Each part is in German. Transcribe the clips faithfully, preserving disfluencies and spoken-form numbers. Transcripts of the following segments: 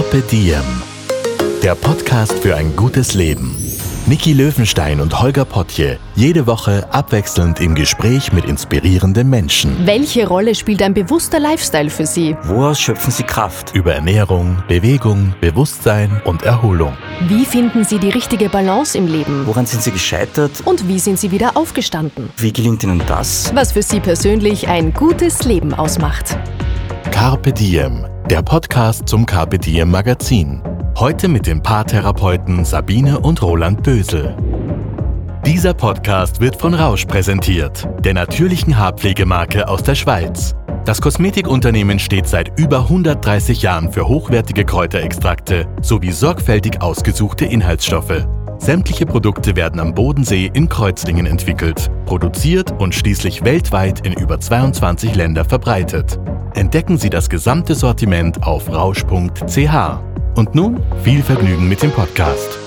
Carpe Diem, der Podcast für ein gutes Leben. Niki Löwenstein und Holger Potje, jede Woche abwechselnd im Gespräch mit inspirierenden Menschen. Welche Rolle spielt ein bewusster Lifestyle für Sie? Woraus schöpfen Sie Kraft? Über Ernährung, Bewegung, Bewusstsein und Erholung. Wie finden Sie die richtige Balance im Leben? Woran sind Sie gescheitert? Und wie sind Sie wieder aufgestanden? Wie gelingt Ihnen das? Was für Sie persönlich ein gutes Leben ausmacht. Carpe Diem, der Podcast zum Carpe Diem Magazin. Heute mit den Paartherapeuten Sabine und Roland Bösel. Dieser Podcast wird von Rausch präsentiert, der natürlichen Haarpflegemarke aus der Schweiz. Das Kosmetikunternehmen steht seit über hundertdreißig Jahren für hochwertige Kräuterextrakte sowie sorgfältig ausgesuchte Inhaltsstoffe. Sämtliche Produkte werden am Bodensee in Kreuzlingen entwickelt, produziert und schließlich weltweit in über zweiundzwanzig Länder verbreitet. Entdecken Sie das gesamte Sortiment auf rausch punkt c h. Und nun viel Vergnügen mit dem Podcast.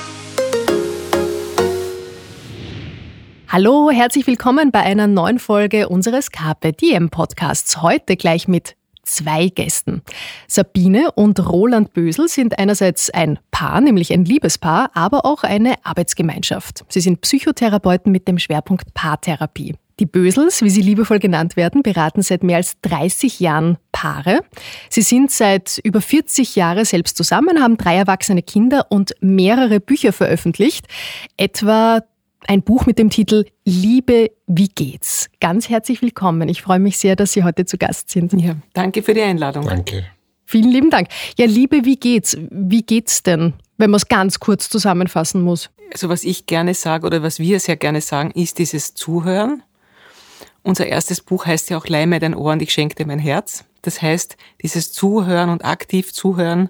Hallo, herzlich willkommen bei einer neuen Folge unseres Carpe Diem Podcasts. Heute gleich mit zwei Gästen. Sabine und Roland Bösel sind einerseits ein Paar, nämlich ein Liebespaar, aber auch eine Arbeitsgemeinschaft. Sie sind Psychotherapeuten mit dem Schwerpunkt Paartherapie. Die Bösels, wie sie liebevoll genannt werden, beraten seit mehr als dreißig Jahren Paare. Sie sind seit über vierzig Jahren selbst zusammen, haben drei erwachsene Kinder und mehrere Bücher veröffentlicht. Etwa ein Buch mit dem Titel Liebe, wie geht's? Ganz herzlich willkommen. Ich freue mich sehr, dass Sie heute zu Gast sind. Ja, danke für die Einladung. Danke. Vielen lieben Dank. Ja, Liebe, wie geht's? Wie geht's denn, wenn man es ganz kurz zusammenfassen muss? Also was ich gerne sage oder was wir sehr gerne sagen, ist dieses Zuhören. Unser erstes Buch heißt ja auch Leih mir dein Ohr und ich schenke dir mein Herz. Das heißt, dieses Zuhören und aktiv Zuhören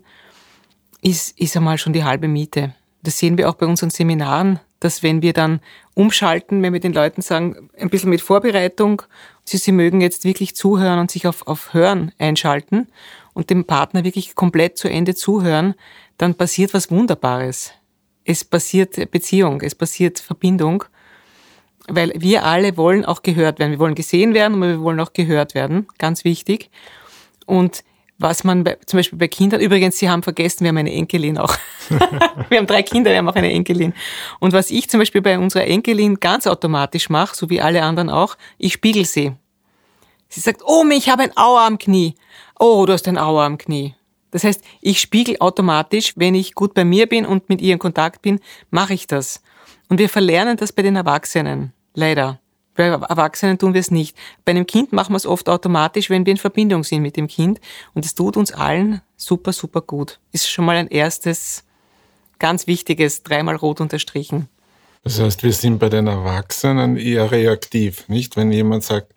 ist, ist einmal schon die halbe Miete. Das sehen wir auch bei unseren Seminaren, dass wenn wir dann umschalten, wenn wir den Leuten sagen, ein bisschen mit Vorbereitung, sie, sie mögen jetzt wirklich zuhören und sich auf, auf Hören einschalten und dem Partner wirklich komplett zu Ende zuhören, dann passiert was Wunderbares. Es passiert Beziehung, es passiert Verbindung. Weil wir alle wollen auch gehört werden. Wir wollen gesehen werden, aber wir wollen auch gehört werden. Ganz wichtig. Und was man bei, zum Beispiel bei Kindern, übrigens, Sie haben vergessen, wir haben eine Enkelin auch. Wir haben drei Kinder, wir haben auch eine Enkelin. Und was ich zum Beispiel bei unserer Enkelin ganz automatisch mache, so wie alle anderen auch, ich spiegel sie. Sie sagt, oh, ich habe ein Aua am Knie. Oh, du hast ein Aua am Knie. Das heißt, ich spiegel automatisch, wenn ich gut bei mir bin und mit ihr in Kontakt bin, mache ich das. Und wir verlernen das bei den Erwachsenen. Leider. Bei Erwachsenen tun wir es nicht. Bei einem Kind machen wir es oft automatisch, wenn wir in Verbindung sind mit dem Kind. Und es tut uns allen super, super gut. Ist schon mal ein erstes, ganz wichtiges, dreimal rot unterstrichen. Das heißt, wir sind bei den Erwachsenen eher reaktiv, nicht? Wenn jemand sagt,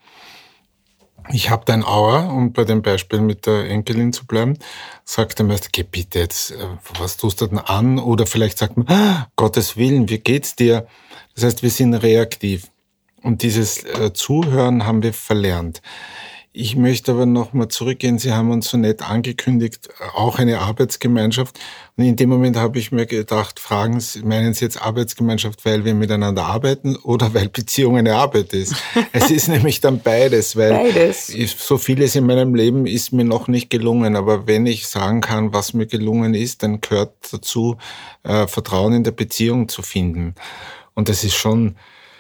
ich habe dein Aua, um bei dem Beispiel mit der Enkelin zu bleiben, sagt der Meister, geh bitte jetzt, was tust du denn an? Oder vielleicht sagt man, ah, Gottes Willen, wie geht's dir? Das heißt, wir sind reaktiv. Und dieses äh, Zuhören haben wir verlernt. Ich möchte aber nochmal zurückgehen. Sie haben uns so nett angekündigt, auch eine Arbeitsgemeinschaft. Und in dem Moment habe ich mir gedacht, fragen Sie, meinen Sie jetzt Arbeitsgemeinschaft, weil wir miteinander arbeiten oder weil Beziehung eine Arbeit ist? Es ist nämlich dann beides, weil beides. So vieles in meinem Leben ist mir noch nicht gelungen. Aber wenn ich sagen kann, was mir gelungen ist, dann gehört dazu, äh, Vertrauen in der Beziehung zu finden. Und das ist schon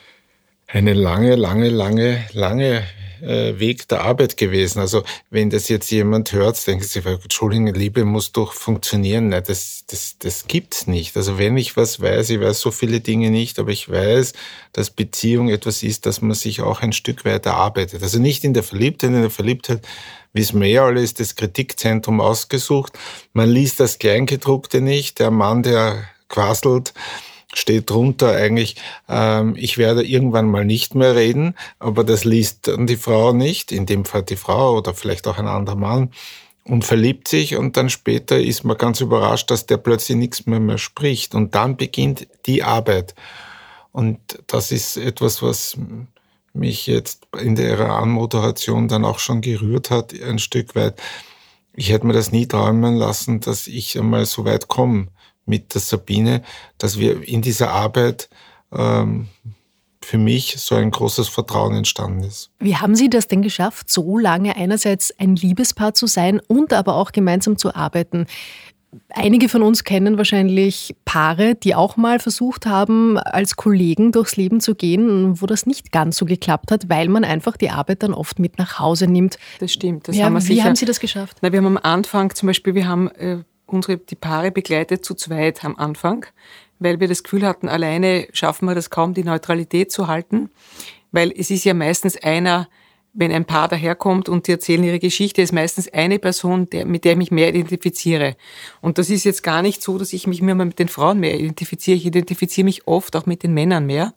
eine lange, lange, lange, lange äh, Weg der Arbeit gewesen. Also wenn das jetzt jemand hört, denken Sie, Entschuldigung, Liebe muss doch funktionieren. Nein, das, das, das gibt's nicht. Also wenn ich was weiß, ich weiß so viele Dinge nicht, aber ich weiß, dass Beziehung etwas ist, dass man sich auch ein Stück weit erarbeitet. Also nicht in der Verliebtheit, in der Verliebtheit wissen wir ja alle, ist das Kritikzentrum ausgesucht. Man liest das Kleingedruckte nicht. Der Mann, der quasselt, steht drunter eigentlich, ähm, ich werde irgendwann mal nicht mehr reden, aber das liest dann die Frau nicht, in dem Fall die Frau oder vielleicht auch ein anderer Mann, und verliebt sich und dann später ist man ganz überrascht, dass der plötzlich nichts mehr mehr spricht und dann beginnt die Arbeit. Und das ist etwas, was mich jetzt in der Anmoderation dann auch schon gerührt hat, ein Stück weit. Ich hätte mir das nie träumen lassen, dass ich einmal so weit komme mit der Sabine, dass wir in dieser Arbeit ähm, für mich so ein großes Vertrauen entstanden ist. Wie haben Sie das denn geschafft, so lange einerseits ein Liebespaar zu sein und aber auch gemeinsam zu arbeiten? Einige von uns kennen wahrscheinlich Paare, die auch mal versucht haben, als Kollegen durchs Leben zu gehen, wo das nicht ganz so geklappt hat, weil man einfach die Arbeit dann oft mit nach Hause nimmt. Das stimmt. Das ja, haben wir wie sicher, haben Sie das geschafft? Na, wir haben am Anfang zum Beispiel, wir haben äh, unsere, die Paare begleitet zu zweit am Anfang, weil wir das Gefühl hatten, alleine schaffen wir das kaum, die Neutralität zu halten, weil es ist ja meistens einer, wenn ein Paar daherkommt und die erzählen ihre Geschichte, ist meistens eine Person, der, mit der ich mich mehr identifiziere. Und das ist jetzt gar nicht so, dass ich mich mehr mit den Frauen mehr identifiziere. Ich identifiziere mich oft auch mit den Männern mehr,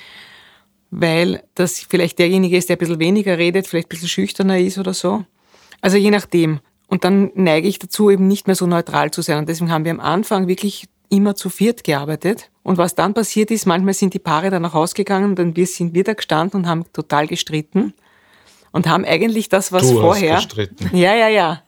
weil das vielleicht derjenige ist, der ein bisschen weniger redet, vielleicht ein bisschen schüchterner ist oder so. Also je nachdem. Und dann neige ich dazu, eben nicht mehr so neutral zu sein. Und deswegen haben wir am Anfang wirklich immer zu viert gearbeitet. Und was dann passiert ist, manchmal sind die Paare dann nach Hause gegangen und dann sind wir da gestanden und haben total gestritten. Und haben eigentlich das, was du vorher, hast gestritten. ja, ja, ja,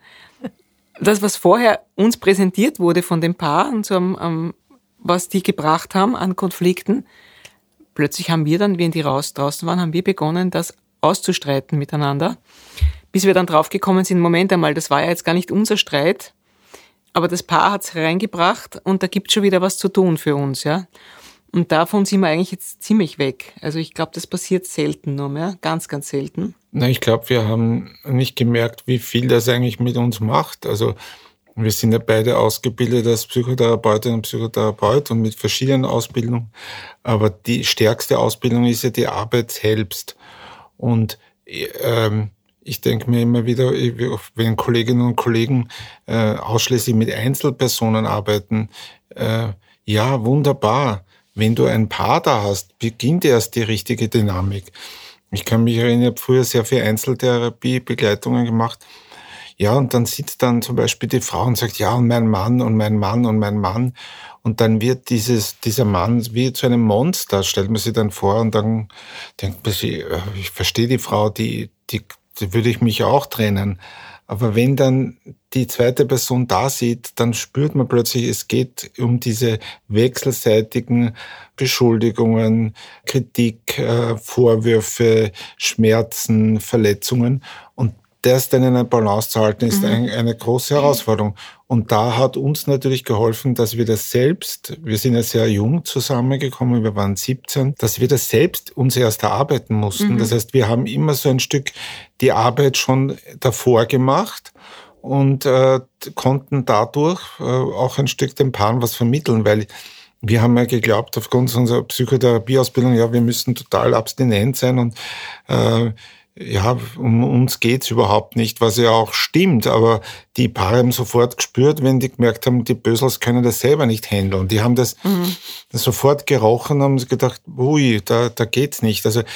das, was vorher uns präsentiert wurde von dem Paar und so, um, was die gebracht haben an Konflikten, plötzlich haben wir dann, wenn die raus draußen waren, haben wir begonnen, das auszustreiten miteinander, bis wir dann draufgekommen sind, Moment einmal, das war ja jetzt gar nicht unser Streit, aber das Paar hat's reingebracht und da gibt's schon wieder was zu tun für uns, ja. Und davon sind wir eigentlich jetzt ziemlich weg. Also ich glaube, das passiert selten nur mehr, ganz, ganz selten. Na, ich glaube, wir haben nicht gemerkt, wie viel das eigentlich mit uns macht. Also wir sind ja beide ausgebildet als Psychotherapeutin und Psychotherapeut und mit verschiedenen Ausbildungen. Aber die stärkste Ausbildung ist ja die Arbeit selbst. Und ähm, ich denke mir immer wieder, wenn Kolleginnen und Kollegen äh, ausschließlich mit Einzelpersonen arbeiten, äh, ja, wunderbar. Wenn du ein Paar da hast, beginnt erst die richtige Dynamik. Ich kann mich erinnern, ich habe früher sehr viel Einzeltherapie-Begleitungen gemacht. Ja, und dann sitzt dann zum Beispiel die Frau und sagt, ja, und mein Mann und mein Mann und mein Mann. Und dann wird dieses, dieser Mann wie zu einem Monster, stellt man sich dann vor und dann denkt man sich, ich verstehe die Frau, die, die, die würde ich mich auch trennen. Aber wenn dann die zweite Person da sieht, dann spürt man plötzlich, es geht um diese wechselseitigen Beschuldigungen, Kritik, Vorwürfe, Schmerzen, Verletzungen. Und das dann in einer Balance zu halten, ist mhm. eine, eine große Herausforderung. Und da hat uns natürlich geholfen, dass wir das selbst, wir sind ja sehr jung zusammengekommen, wir waren siebzehn, dass wir das selbst uns erst erarbeiten mussten. Mhm. Das heißt, wir haben immer so ein Stück die Arbeit schon davor gemacht und äh, konnten dadurch äh, auch ein Stück den Paaren was vermitteln, weil wir haben ja geglaubt, aufgrund unserer Psychotherapieausbildung, ja, wir müssen total abstinent sein und äh, ja, um uns geht's überhaupt nicht, was ja auch stimmt, aber die Paare haben sofort gespürt, wenn die gemerkt haben, die Bösels können das selber nicht handeln. Und die haben das mhm. sofort gerochen und haben gedacht, ui, da, da geht's nicht. Also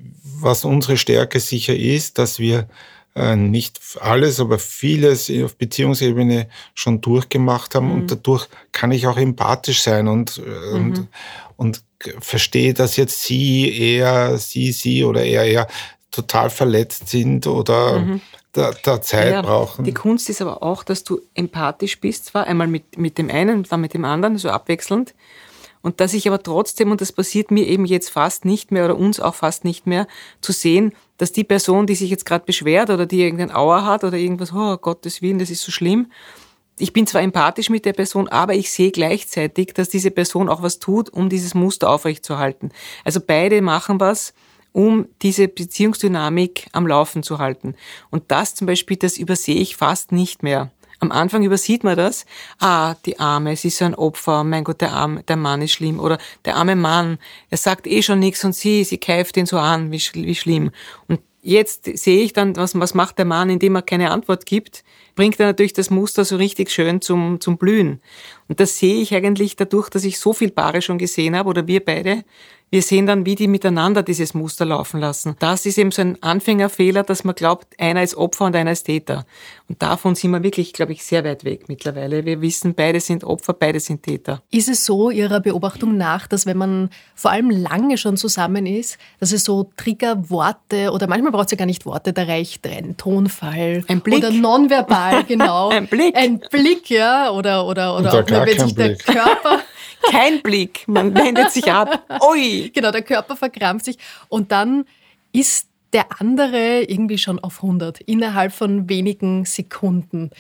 was unsere Stärke sicher ist, dass wir äh, nicht alles, aber vieles auf Beziehungsebene schon durchgemacht haben mhm. und dadurch kann ich auch empathisch sein und, mhm. und, und verstehe, dass jetzt sie, er, sie, sie oder er, er total verletzt sind oder mhm. da, da Zeit ja, brauchen. Die Kunst ist aber auch, dass du empathisch bist, zwar einmal mit, mit dem einen, dann mit dem anderen, so abwechselnd. Und dass ich aber trotzdem, und das passiert mir eben jetzt fast nicht mehr oder uns auch fast nicht mehr, zu sehen, dass die Person, die sich jetzt gerade beschwert oder die irgendein Auer hat oder irgendwas, oh Gottes Willen, das ist so schlimm. Ich bin zwar empathisch mit der Person, aber ich sehe gleichzeitig, dass diese Person auch was tut, um dieses Muster aufrechtzuerhalten. Also beide machen was, um diese Beziehungsdynamik am Laufen zu halten. Und das zum Beispiel, das übersehe ich fast nicht mehr. Am Anfang übersieht man das. Ah, die Arme, sie ist so ein Opfer. Mein Gott, der Arme, der Mann ist schlimm. Oder der arme Mann, er sagt eh schon nichts und sie, sie keift ihn so an, wie, wie schlimm. Und jetzt sehe ich dann, was, was macht der Mann, indem er keine Antwort gibt, bringt er natürlich das Muster so richtig schön zum, zum Blühen. Und das sehe ich eigentlich dadurch, dass ich so viel Paare schon gesehen habe, oder wir beide. Wir sehen dann, wie die miteinander dieses Muster laufen lassen. Das ist eben so ein Anfängerfehler, dass man glaubt, einer ist Opfer und einer ist Täter. Und davon sind wir wirklich, glaube ich, sehr weit weg mittlerweile. Wir wissen, beide sind Opfer, beide sind Täter. Ist es so Ihrer Beobachtung nach, dass wenn man vor allem lange schon zusammen ist, dass es so Triggerworte oder manchmal braucht es ja gar nicht Worte, da reicht ein Tonfall. Ein Blick. Oder nonverbal, genau. Ein Blick. Ein Blick, ja. Oder, oder, oder, oder auch nur, wenn sich der Blick. Körper... Kein Blick, man wendet sich ab. Ui. Genau, der Körper verkrampft sich und dann ist der andere irgendwie schon auf hundert innerhalb von wenigen Sekunden.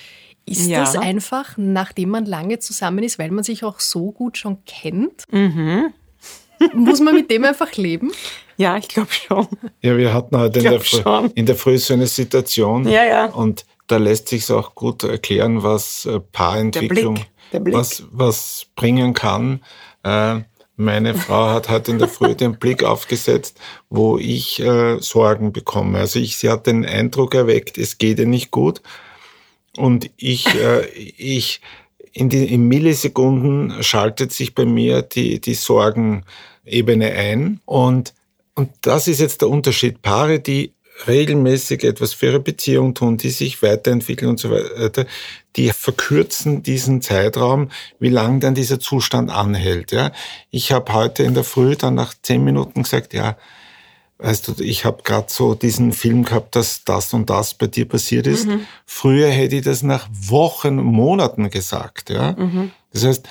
Ist Ja. das einfach, nachdem man lange zusammen ist, weil man sich auch so gut schon kennt? Mhm. Muss man mit dem einfach leben? Ja, ich glaube schon. Ja, wir hatten heute in glaub der, Früh, schon. in der Früh so eine Situation. Ja, ja. Und da lässt sich auch gut erklären, was äh, Paarentwicklung, Der Blick, der Blick. Was, was bringen kann. Äh, meine Frau hat heute in der Früh den Blick aufgesetzt, wo ich äh, Sorgen bekomme. Also ich, sie hat den Eindruck erweckt, es geht ihr nicht gut. Und ich, äh, ich in, die, in Millisekunden schaltet sich bei mir die, die Sorgenebene ein. Und, und das ist jetzt der Unterschied. Paare, die regelmäßig etwas für ihre Beziehung tun, die sich weiterentwickeln und so weiter, die verkürzen diesen Zeitraum, wie lang dann dieser Zustand anhält. Ja, ich habe heute in der Früh dann nach zehn Minuten gesagt, ja, weißt du, ich habe gerade so diesen Film gehabt, dass das und das bei dir passiert ist. Mhm. Früher hätte ich das nach Wochen, Monaten gesagt. Ja, mhm. Das heißt,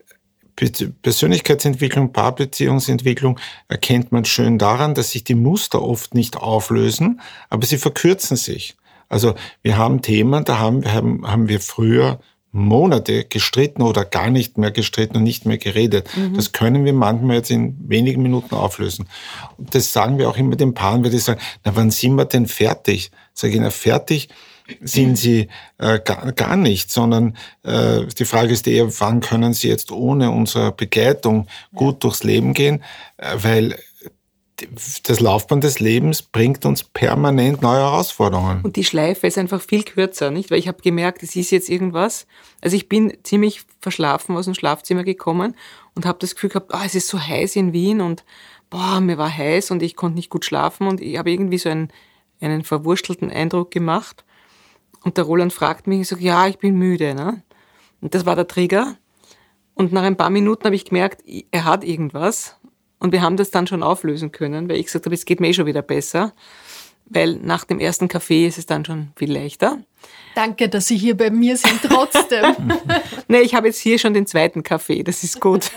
Persönlichkeitsentwicklung, Paarbeziehungsentwicklung erkennt man schön daran, dass sich die Muster oft nicht auflösen, aber sie verkürzen sich. Also wir haben Themen, da haben, haben, haben wir früher Monate gestritten oder gar nicht mehr gestritten und nicht mehr geredet. Mhm. Das können wir manchmal jetzt in wenigen Minuten auflösen. Und das sagen wir auch immer den Paaren, weil die sagen, na, wann sind wir denn fertig? Sag ich, na, fertig sind sie äh, gar, gar nicht, sondern äh, die Frage ist eher, wann können sie jetzt ohne unsere Begleitung gut ja. durchs Leben gehen, äh, weil das Laufband des Lebens bringt uns permanent neue Herausforderungen. Und die Schleife ist einfach viel kürzer, nicht? Weil ich habe gemerkt, es ist jetzt irgendwas. Also ich bin ziemlich verschlafen aus dem Schlafzimmer gekommen und habe das Gefühl gehabt, oh, es ist so heiß in Wien und boah, mir war heiß und ich konnte nicht gut schlafen und ich habe irgendwie so einen, einen verwurstelten Eindruck gemacht. Und der Roland fragt mich, ich sage, ja, ich bin müde. Ne? Und das war der Trigger. Und nach ein paar Minuten habe ich gemerkt, er hat irgendwas. Und wir haben das dann schon auflösen können, weil ich gesagt habe, es geht mir eh schon wieder besser. Weil nach dem ersten Kaffee ist es dann schon viel leichter. Danke, dass Sie hier bei mir sind, trotzdem. Nee, ich habe jetzt hier schon den zweiten Kaffee, das ist gut.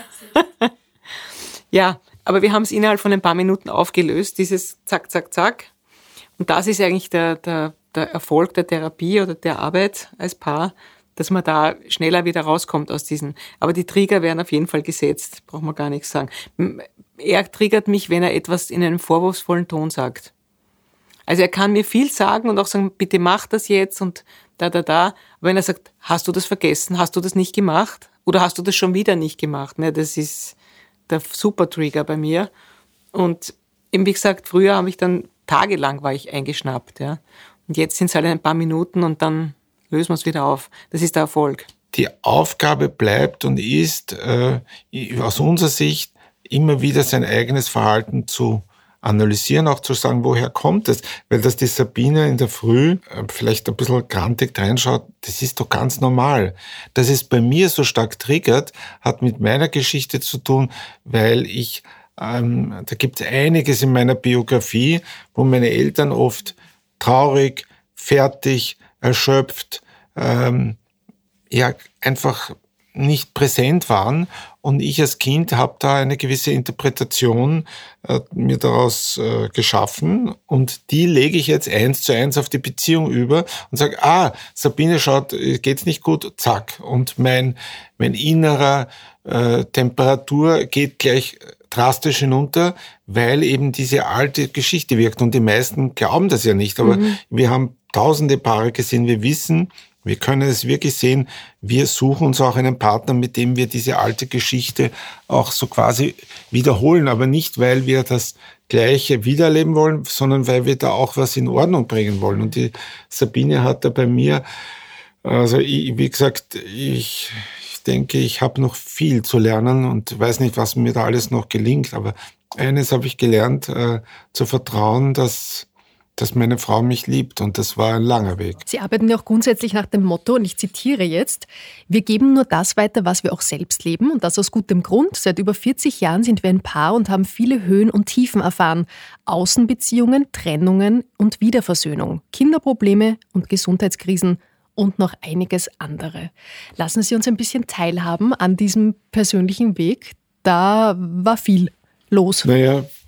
Ja, aber wir haben es innerhalb von ein paar Minuten aufgelöst, dieses Zack, Zack, Zack. Und das ist eigentlich der, der, der Erfolg der Therapie oder der Arbeit als Paar, dass man da schneller wieder rauskommt aus diesen. Aber die Trigger werden auf jeden Fall gesetzt, braucht man gar nichts sagen. Er triggert mich, wenn er etwas in einem vorwurfsvollen Ton sagt. Also er kann mir viel sagen und auch sagen, bitte mach das jetzt und da, da, da. Aber wenn er sagt, hast du das vergessen, hast du das nicht gemacht oder hast du das schon wieder nicht gemacht, ne, das ist der Super-Trigger bei mir. Und eben wie gesagt, früher habe ich dann tagelang war ich eingeschnappt, ja. Und jetzt sind es halt ein paar Minuten und dann lösen wir es wieder auf. Das ist der Erfolg. Die Aufgabe bleibt und ist äh, aus unserer Sicht immer wieder sein eigenes Verhalten zu analysieren, auch zu sagen, woher kommt es? Weil dass die Sabine in der Früh äh, vielleicht ein bisschen grantig reinschaut, das ist doch ganz normal. Dass es bei mir so stark triggert, hat mit meiner Geschichte zu tun, weil ich, ähm, da gibt es einiges in meiner Biografie, wo meine Eltern oft traurig, fertig, erschöpft, ähm, ja, einfach nicht präsent waren. Und ich als Kind habe da eine gewisse Interpretation äh, mir daraus äh, geschaffen. Und die lege ich jetzt eins zu eins auf die Beziehung über und sage, ah, Sabine schaut, geht's nicht gut, zack. Und mein, mein innerer äh, Temperatur geht gleich drastisch hinunter, weil eben diese alte Geschichte wirkt. Und die meisten glauben das ja nicht. Aber mhm. wir haben tausende Paare gesehen, wir wissen, wir können es wirklich sehen, wir suchen uns auch einen Partner, mit dem wir diese alte Geschichte auch so quasi wiederholen. Aber nicht, weil wir das Gleiche wiedererleben wollen, sondern weil wir da auch was in Ordnung bringen wollen. Und die Sabine hat da bei mir, also ich, wie gesagt, ich, ich denke, ich habe noch viel zu lernen und weiß nicht, was mir da alles noch gelingt. Aber eines habe ich gelernt, äh, zu vertrauen, dass dass meine Frau mich liebt und das war ein langer Weg. Sie arbeiten ja auch grundsätzlich nach dem Motto, und ich zitiere jetzt, wir geben nur das weiter, was wir auch selbst leben und das aus gutem Grund. Seit über vierzig Jahren sind wir ein Paar und haben viele Höhen und Tiefen erfahren. Außenbeziehungen, Trennungen und Wiederversöhnung, Kinderprobleme und Gesundheitskrisen und noch einiges andere. Lassen Sie uns ein bisschen teilhaben an diesem persönlichen Weg. Da war viel los. Naja,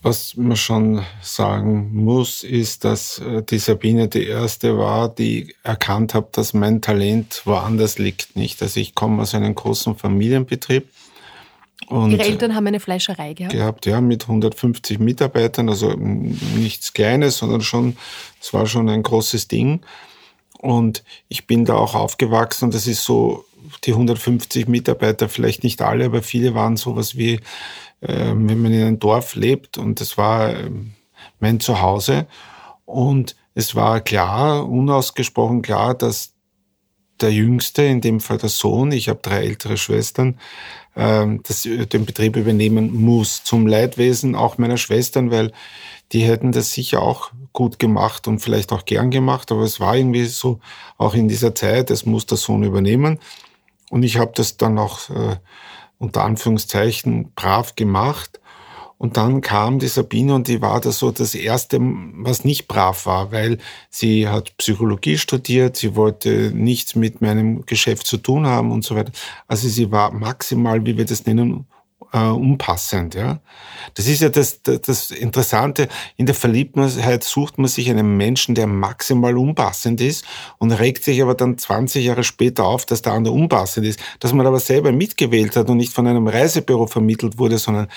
was man schon sagen muss, ist, dass die Sabine die erste war, die erkannt hat, dass mein Talent woanders liegt, nicht? Also ich komme aus einem großen Familienbetrieb. Und Ihre Eltern haben eine Fleischerei gehabt? Gehabt, ja, mit hundertfünfzig Mitarbeitern, also nichts Kleines, sondern schon, es war schon ein großes Ding. Und ich bin da auch aufgewachsen und das ist so, die hundertfünfzig Mitarbeiter, vielleicht nicht alle, aber viele waren sowas wie, äh, wenn man in einem Dorf lebt, und das war äh, mein Zuhause. Und es war klar, unausgesprochen klar, dass der Jüngste, in dem Fall der Sohn, ich habe drei ältere Schwestern, äh, das, den Betrieb übernehmen muss. Zum Leidwesen auch meiner Schwestern, weil die hätten das sicher auch gut gemacht und vielleicht auch gern gemacht, aber es war irgendwie so, auch in dieser Zeit, es muss der Sohn übernehmen. Und ich habe das dann auch äh, unter Anführungszeichen brav gemacht. Und dann kam die Sabine und die war das so das Erste, was nicht brav war, weil sie hat Psychologie studiert, sie wollte nichts mit meinem Geschäft zu tun haben und so weiter. Also sie war maximal, wie wir das nennen, Uh, unpassend, ja. Das ist ja das, das, das Interessante. In der Verliebtheit sucht man sich einen Menschen, der maximal unpassend ist und regt sich aber dann zwanzig Jahre später auf, dass der andere unpassend ist. Dass man aber selber mitgewählt hat und nicht von einem Reisebüro vermittelt wurde, sondern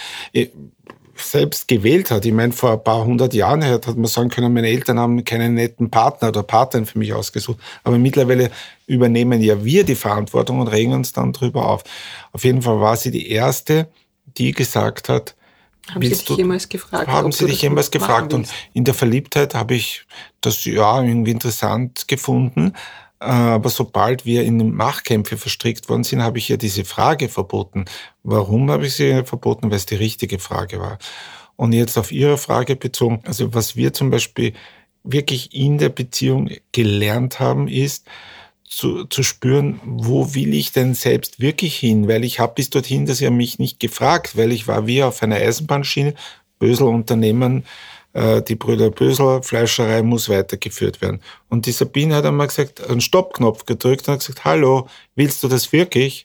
selbst gewählt hat. Ich meine, vor ein paar hundert Jahren hat man sagen können, meine Eltern haben keinen netten Partner oder Partnerin für mich ausgesucht. Aber mittlerweile übernehmen ja wir die Verantwortung und regen uns dann drüber auf. Auf jeden Fall war sie die Erste, die gesagt hat, haben Sie dich jemals gefragt? Haben Sie dich jemals gefragt? Und in der Verliebtheit habe ich das ja irgendwie interessant gefunden. Aber sobald wir in Machtkämpfe verstrickt worden sind, habe ich ihr diese Frage verboten. Warum habe ich sie verboten? Weil es die richtige Frage war. Und jetzt auf Ihre Frage bezogen, also was wir zum Beispiel wirklich in der Beziehung gelernt haben, ist zu, zu spüren, wo will ich denn selbst wirklich hin? Weil ich habe bis dorthin das ja mich nicht gefragt, weil ich war wie auf einer Eisenbahnschiene, Bösel Unternehmen, die Brüder Bösel, Fleischerei muss weitergeführt werden. Und die Sabine hat einmal gesagt, einen Stoppknopf gedrückt und hat gesagt, hallo, willst du das wirklich?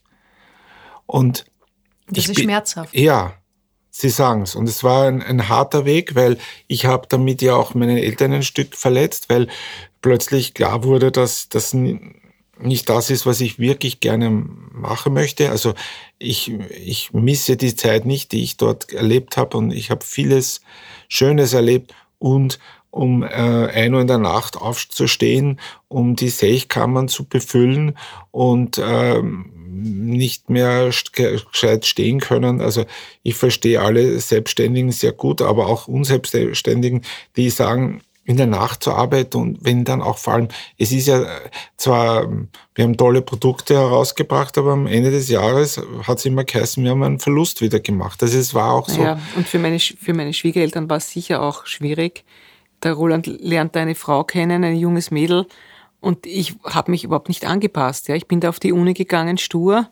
Und das ich ist bin, schmerzhaft. Ja, Sie sagen es. Und es war ein, ein harter Weg, weil ich habe damit ja auch meine Eltern ein Stück verletzt, weil plötzlich klar wurde, dass das nicht das ist, was ich wirklich gerne machen möchte. Also ich, ich misse die Zeit nicht, die ich dort erlebt habe, und ich habe vieles Schönes erlebt, und um äh, ein Uhr in der Nacht aufzustehen, um die Sechkammern zu befüllen und ähm, nicht mehr gescheit stehen können. Also ich verstehe alle Selbstständigen sehr gut, aber auch Unselbstständigen, die sagen, in der Nacht zur Arbeit, und wenn dann auch vor allem, es ist ja zwar, wir haben tolle Produkte herausgebracht, aber am Ende des Jahres hat es immer geheißen, wir haben einen Verlust wieder gemacht. Also es war auch so. Ja, und für meine, für meine Schwiegereltern war es sicher auch schwierig. Der Roland lernt eine Frau kennen, ein junges Mädel, und ich habe mich überhaupt nicht angepasst. Ja, ich bin da auf die Uni gegangen, stur.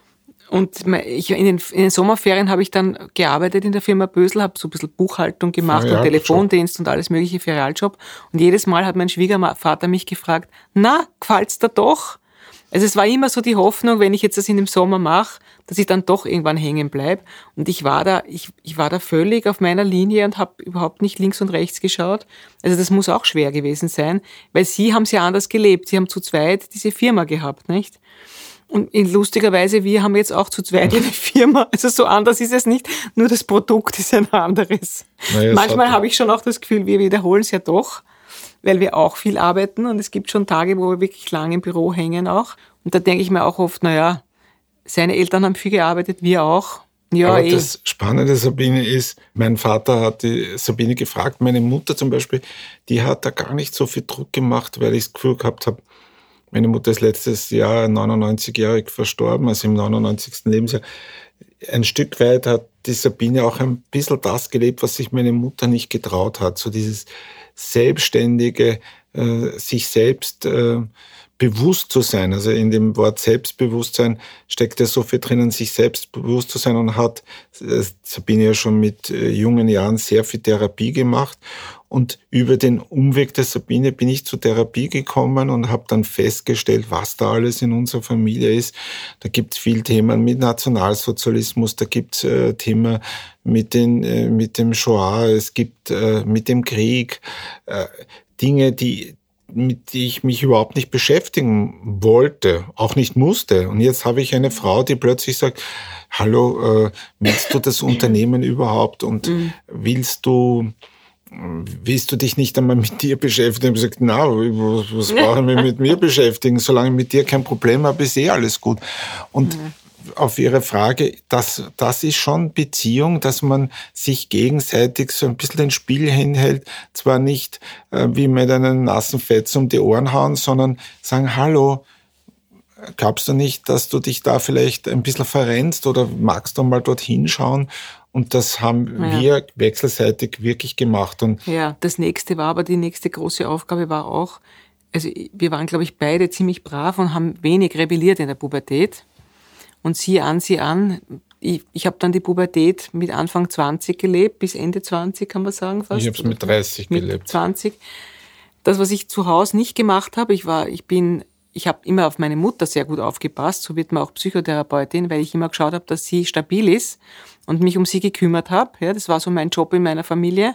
Und ich, in, den, in den Sommerferien habe ich dann gearbeitet in der Firma Bösel, habe so ein bisschen Buchhaltung gemacht und Telefondienst und alles mögliche für Realjob. Und jedes Mal hat mein Schwiegervater mich gefragt, na, gefällt's dir doch? Also es war immer so die Hoffnung, wenn ich jetzt das in dem Sommer mache, dass ich dann doch irgendwann hängen bleib. Und ich war da, ich, ich war da völlig auf meiner Linie und habe überhaupt nicht links und rechts geschaut. Also das muss auch schwer gewesen sein, weil Sie haben es ja anders gelebt. Sie haben zu zweit diese Firma gehabt, nicht? Und lustigerweise, wir haben jetzt auch zu zweit eine Firma. Also so anders ist es nicht. Nur das Produkt ist ein anderes. Naja, manchmal habe ich schon auch das Gefühl, wir wiederholen es ja doch, weil wir auch viel arbeiten. Und es gibt schon Tage, wo wir wirklich lang im Büro hängen auch. Und da denke ich mir auch oft, naja, seine Eltern haben viel gearbeitet, wir auch. Ja, aber eh. Das Spannende, Sabine, ist, mein Vater hat die Sabine gefragt, meine Mutter zum Beispiel, die hat da gar nicht so viel Druck gemacht, weil ich das Gefühl gehabt habe, meine Mutter ist letztes Jahr neunundneunzigjährig verstorben, also im neunundneunzigsten Lebensjahr. Ein Stück weit hat die Sabine auch ein bisschen das gelebt, was sich meine Mutter nicht getraut hat. So dieses selbstständige, äh, sich selbst äh, bewusst zu sein. Also in dem Wort Selbstbewusstsein steckt ja so viel drinnen, sich selbst bewusst zu sein, und hat äh, Sabine ja schon mit äh, jungen Jahren sehr viel Therapie gemacht. Und über den Umweg der Sabine bin ich zur Therapie gekommen und habe dann festgestellt, was da alles in unserer Familie ist. Da gibt es viel Themen mit Nationalsozialismus, da gibt es äh, Themen mit, den, äh, mit dem Shoah, es gibt äh, mit dem Krieg äh, Dinge, die mit die ich mich überhaupt nicht beschäftigen wollte, auch nicht musste. Und jetzt habe ich eine Frau, die plötzlich sagt, hallo, äh, willst du das Unternehmen überhaupt und mhm. willst du willst du dich nicht einmal mit dir beschäftigen? Ich habe gesagt, na, was, was brauchen wir mit mir beschäftigen? Solange ich mit dir kein Problem habe, ist eh alles gut. Und mhm. auf Ihre Frage, das, das ist schon Beziehung, dass man sich gegenseitig so ein bisschen den Spiel hinhält, zwar nicht äh, wie mit einem nassen Fetz um die Ohren hauen, sondern sagen, hallo, glaubst du nicht, dass du dich da vielleicht ein bisschen verrennst oder magst du mal dorthin schauen? Und das haben ja. wir wechselseitig wirklich gemacht. Und ja, das nächste war aber, die nächste große Aufgabe war auch, also wir waren, glaube ich, beide ziemlich brav und haben wenig rebelliert in der Pubertät. Und sieh an, sieh an, ich, ich habe dann die Pubertät mit Anfang zwanzig gelebt, bis Ende zwanzig kann man sagen fast. Ich habe es mit dreißig mit gelebt. zwanzig. Das, was ich zu Hause nicht gemacht habe, ich war, ich bin, ich habe immer auf meine Mutter sehr gut aufgepasst, so wird man auch Psychotherapeutin, weil ich immer geschaut habe, dass sie stabil ist und mich um sie gekümmert habe. Ja, das war so mein Job in meiner Familie.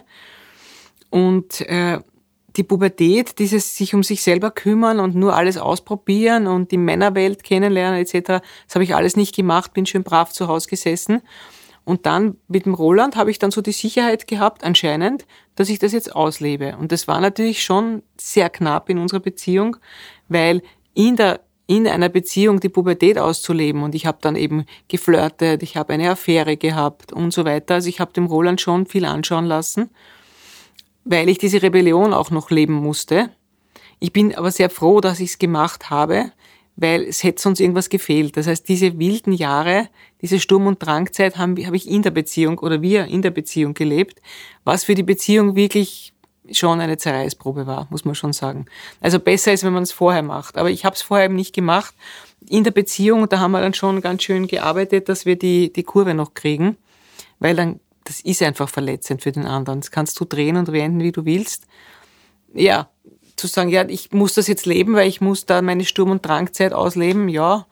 Und äh, die Pubertät, dieses sich um sich selber kümmern und nur alles ausprobieren und die Männerwelt kennenlernen et cetera, das habe ich alles nicht gemacht, bin schön brav zu Hause gesessen. Und dann mit dem Roland habe ich dann so die Sicherheit gehabt, anscheinend, dass ich das jetzt auslebe. Und das war natürlich schon sehr knapp in unserer Beziehung, weil in der in einer Beziehung die Pubertät auszuleben und ich habe dann eben geflirtet, ich habe eine Affäre gehabt und so weiter. Also ich habe dem Roland schon viel anschauen lassen, weil ich diese Rebellion auch noch leben musste. Ich bin aber sehr froh, dass ich es gemacht habe, weil es hätte sonst irgendwas gefehlt. Das heißt, diese wilden Jahre, diese Sturm- und Drangzeit habe hab ich in der Beziehung oder wir in der Beziehung gelebt, was für die Beziehung wirklich schon eine Zerreißprobe war, muss man schon sagen. Also besser ist, wenn man es vorher macht. Aber ich habe es vorher eben nicht gemacht. In der Beziehung, da haben wir dann schon ganz schön gearbeitet, dass wir die, die Kurve noch kriegen, weil dann das ist einfach verletzend für den anderen. Das kannst du drehen und wenden, wie du willst. Ja, zu sagen, ja, ich muss das jetzt leben, weil ich muss da meine Sturm- und Drangzeit ausleben, ja.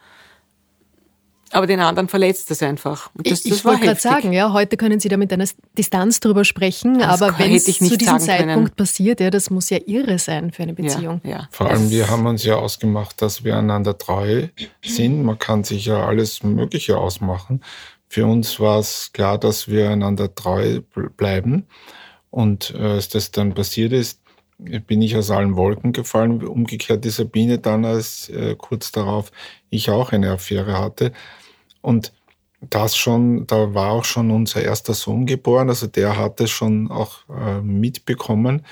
Aber den anderen verletzt das einfach. Und das, ich das ich wollte gerade sagen, ja, heute können Sie da mit einer Distanz drüber sprechen, das aber wenn es zu diesem Zeitpunkt können. passiert, ja, das muss ja irre sein für eine Beziehung. Ja, ja. Vor allem, wir haben uns ja ausgemacht, dass wir einander treu sind. Man kann sich ja alles Mögliche ausmachen. Für uns war es klar, dass wir einander treu bleiben. Und äh, als das dann passiert ist, bin ich aus allen Wolken gefallen. Umgekehrt die Sabine dann, als äh, kurz darauf ich auch eine Affäre hatte. Und das schon, da war auch schon unser erster Sohn geboren. Also der hat es schon auch äh, mitbekommen.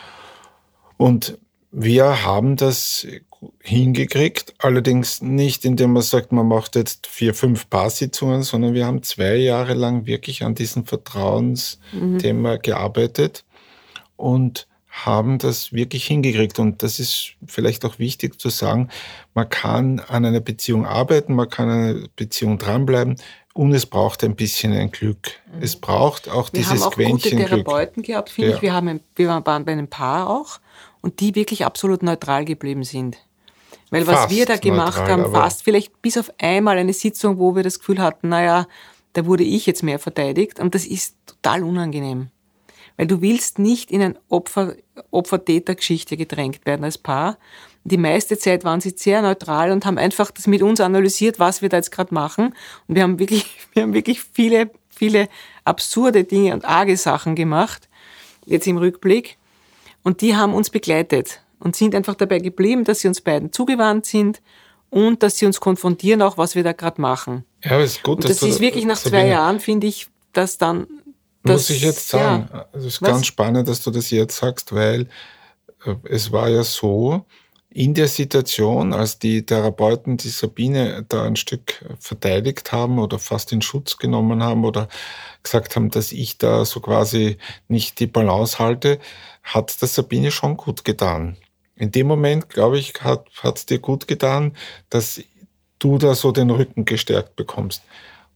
Und wir haben das hingekriegt, allerdings nicht, indem man sagt, man macht jetzt vier, fünf Paarsitzungen, sondern wir haben zwei Jahre lang wirklich an diesem Vertrauensthema mhm. gearbeitet und haben das wirklich hingekriegt. Und das ist vielleicht auch wichtig zu sagen, man kann an einer Beziehung arbeiten, man kann an einer Beziehung dranbleiben und es braucht ein bisschen ein Glück. Mhm. Es braucht auch wir dieses Quäntchen Glück. Wir haben auch gute Therapeuten gehabt, finde ja. ich. Wir, haben, wir waren bei einem Paar auch und die wirklich absolut neutral geblieben sind. Weil was fast wir da gemacht neutral, haben, fast vielleicht bis auf einmal eine Sitzung, wo wir das Gefühl hatten, naja, da wurde ich jetzt mehr verteidigt und das ist total unangenehm. Weil du willst nicht in eine Opfer, Opfer-Täter-Geschichte gedrängt werden als Paar. Die meiste Zeit waren sie sehr neutral und haben einfach das mit uns analysiert, was wir da jetzt gerade machen. Und wir haben wirklich, wir haben wirklich viele, viele absurde Dinge und arge Sachen gemacht, jetzt im Rückblick. Und die haben uns begleitet und sind einfach dabei geblieben, dass sie uns beiden zugewandt sind und dass sie uns konfrontieren, auch was wir da gerade machen. Ja, ist gut. Und das ist wirklich nach zwei Jahren, finde ich, dass dann Das, muss ich jetzt sagen. Ja. Es ist Was? ganz spannend, dass du das jetzt sagst, weil äh, es war ja so, in der Situation, als die Therapeuten die Sabine da ein Stück verteidigt haben oder fast in Schutz genommen haben oder gesagt haben, dass ich da so quasi nicht die Balance halte, hat das Sabine schon gut getan. In dem Moment, glaube ich, hat es dir gut getan, dass du da so den Rücken gestärkt bekommst.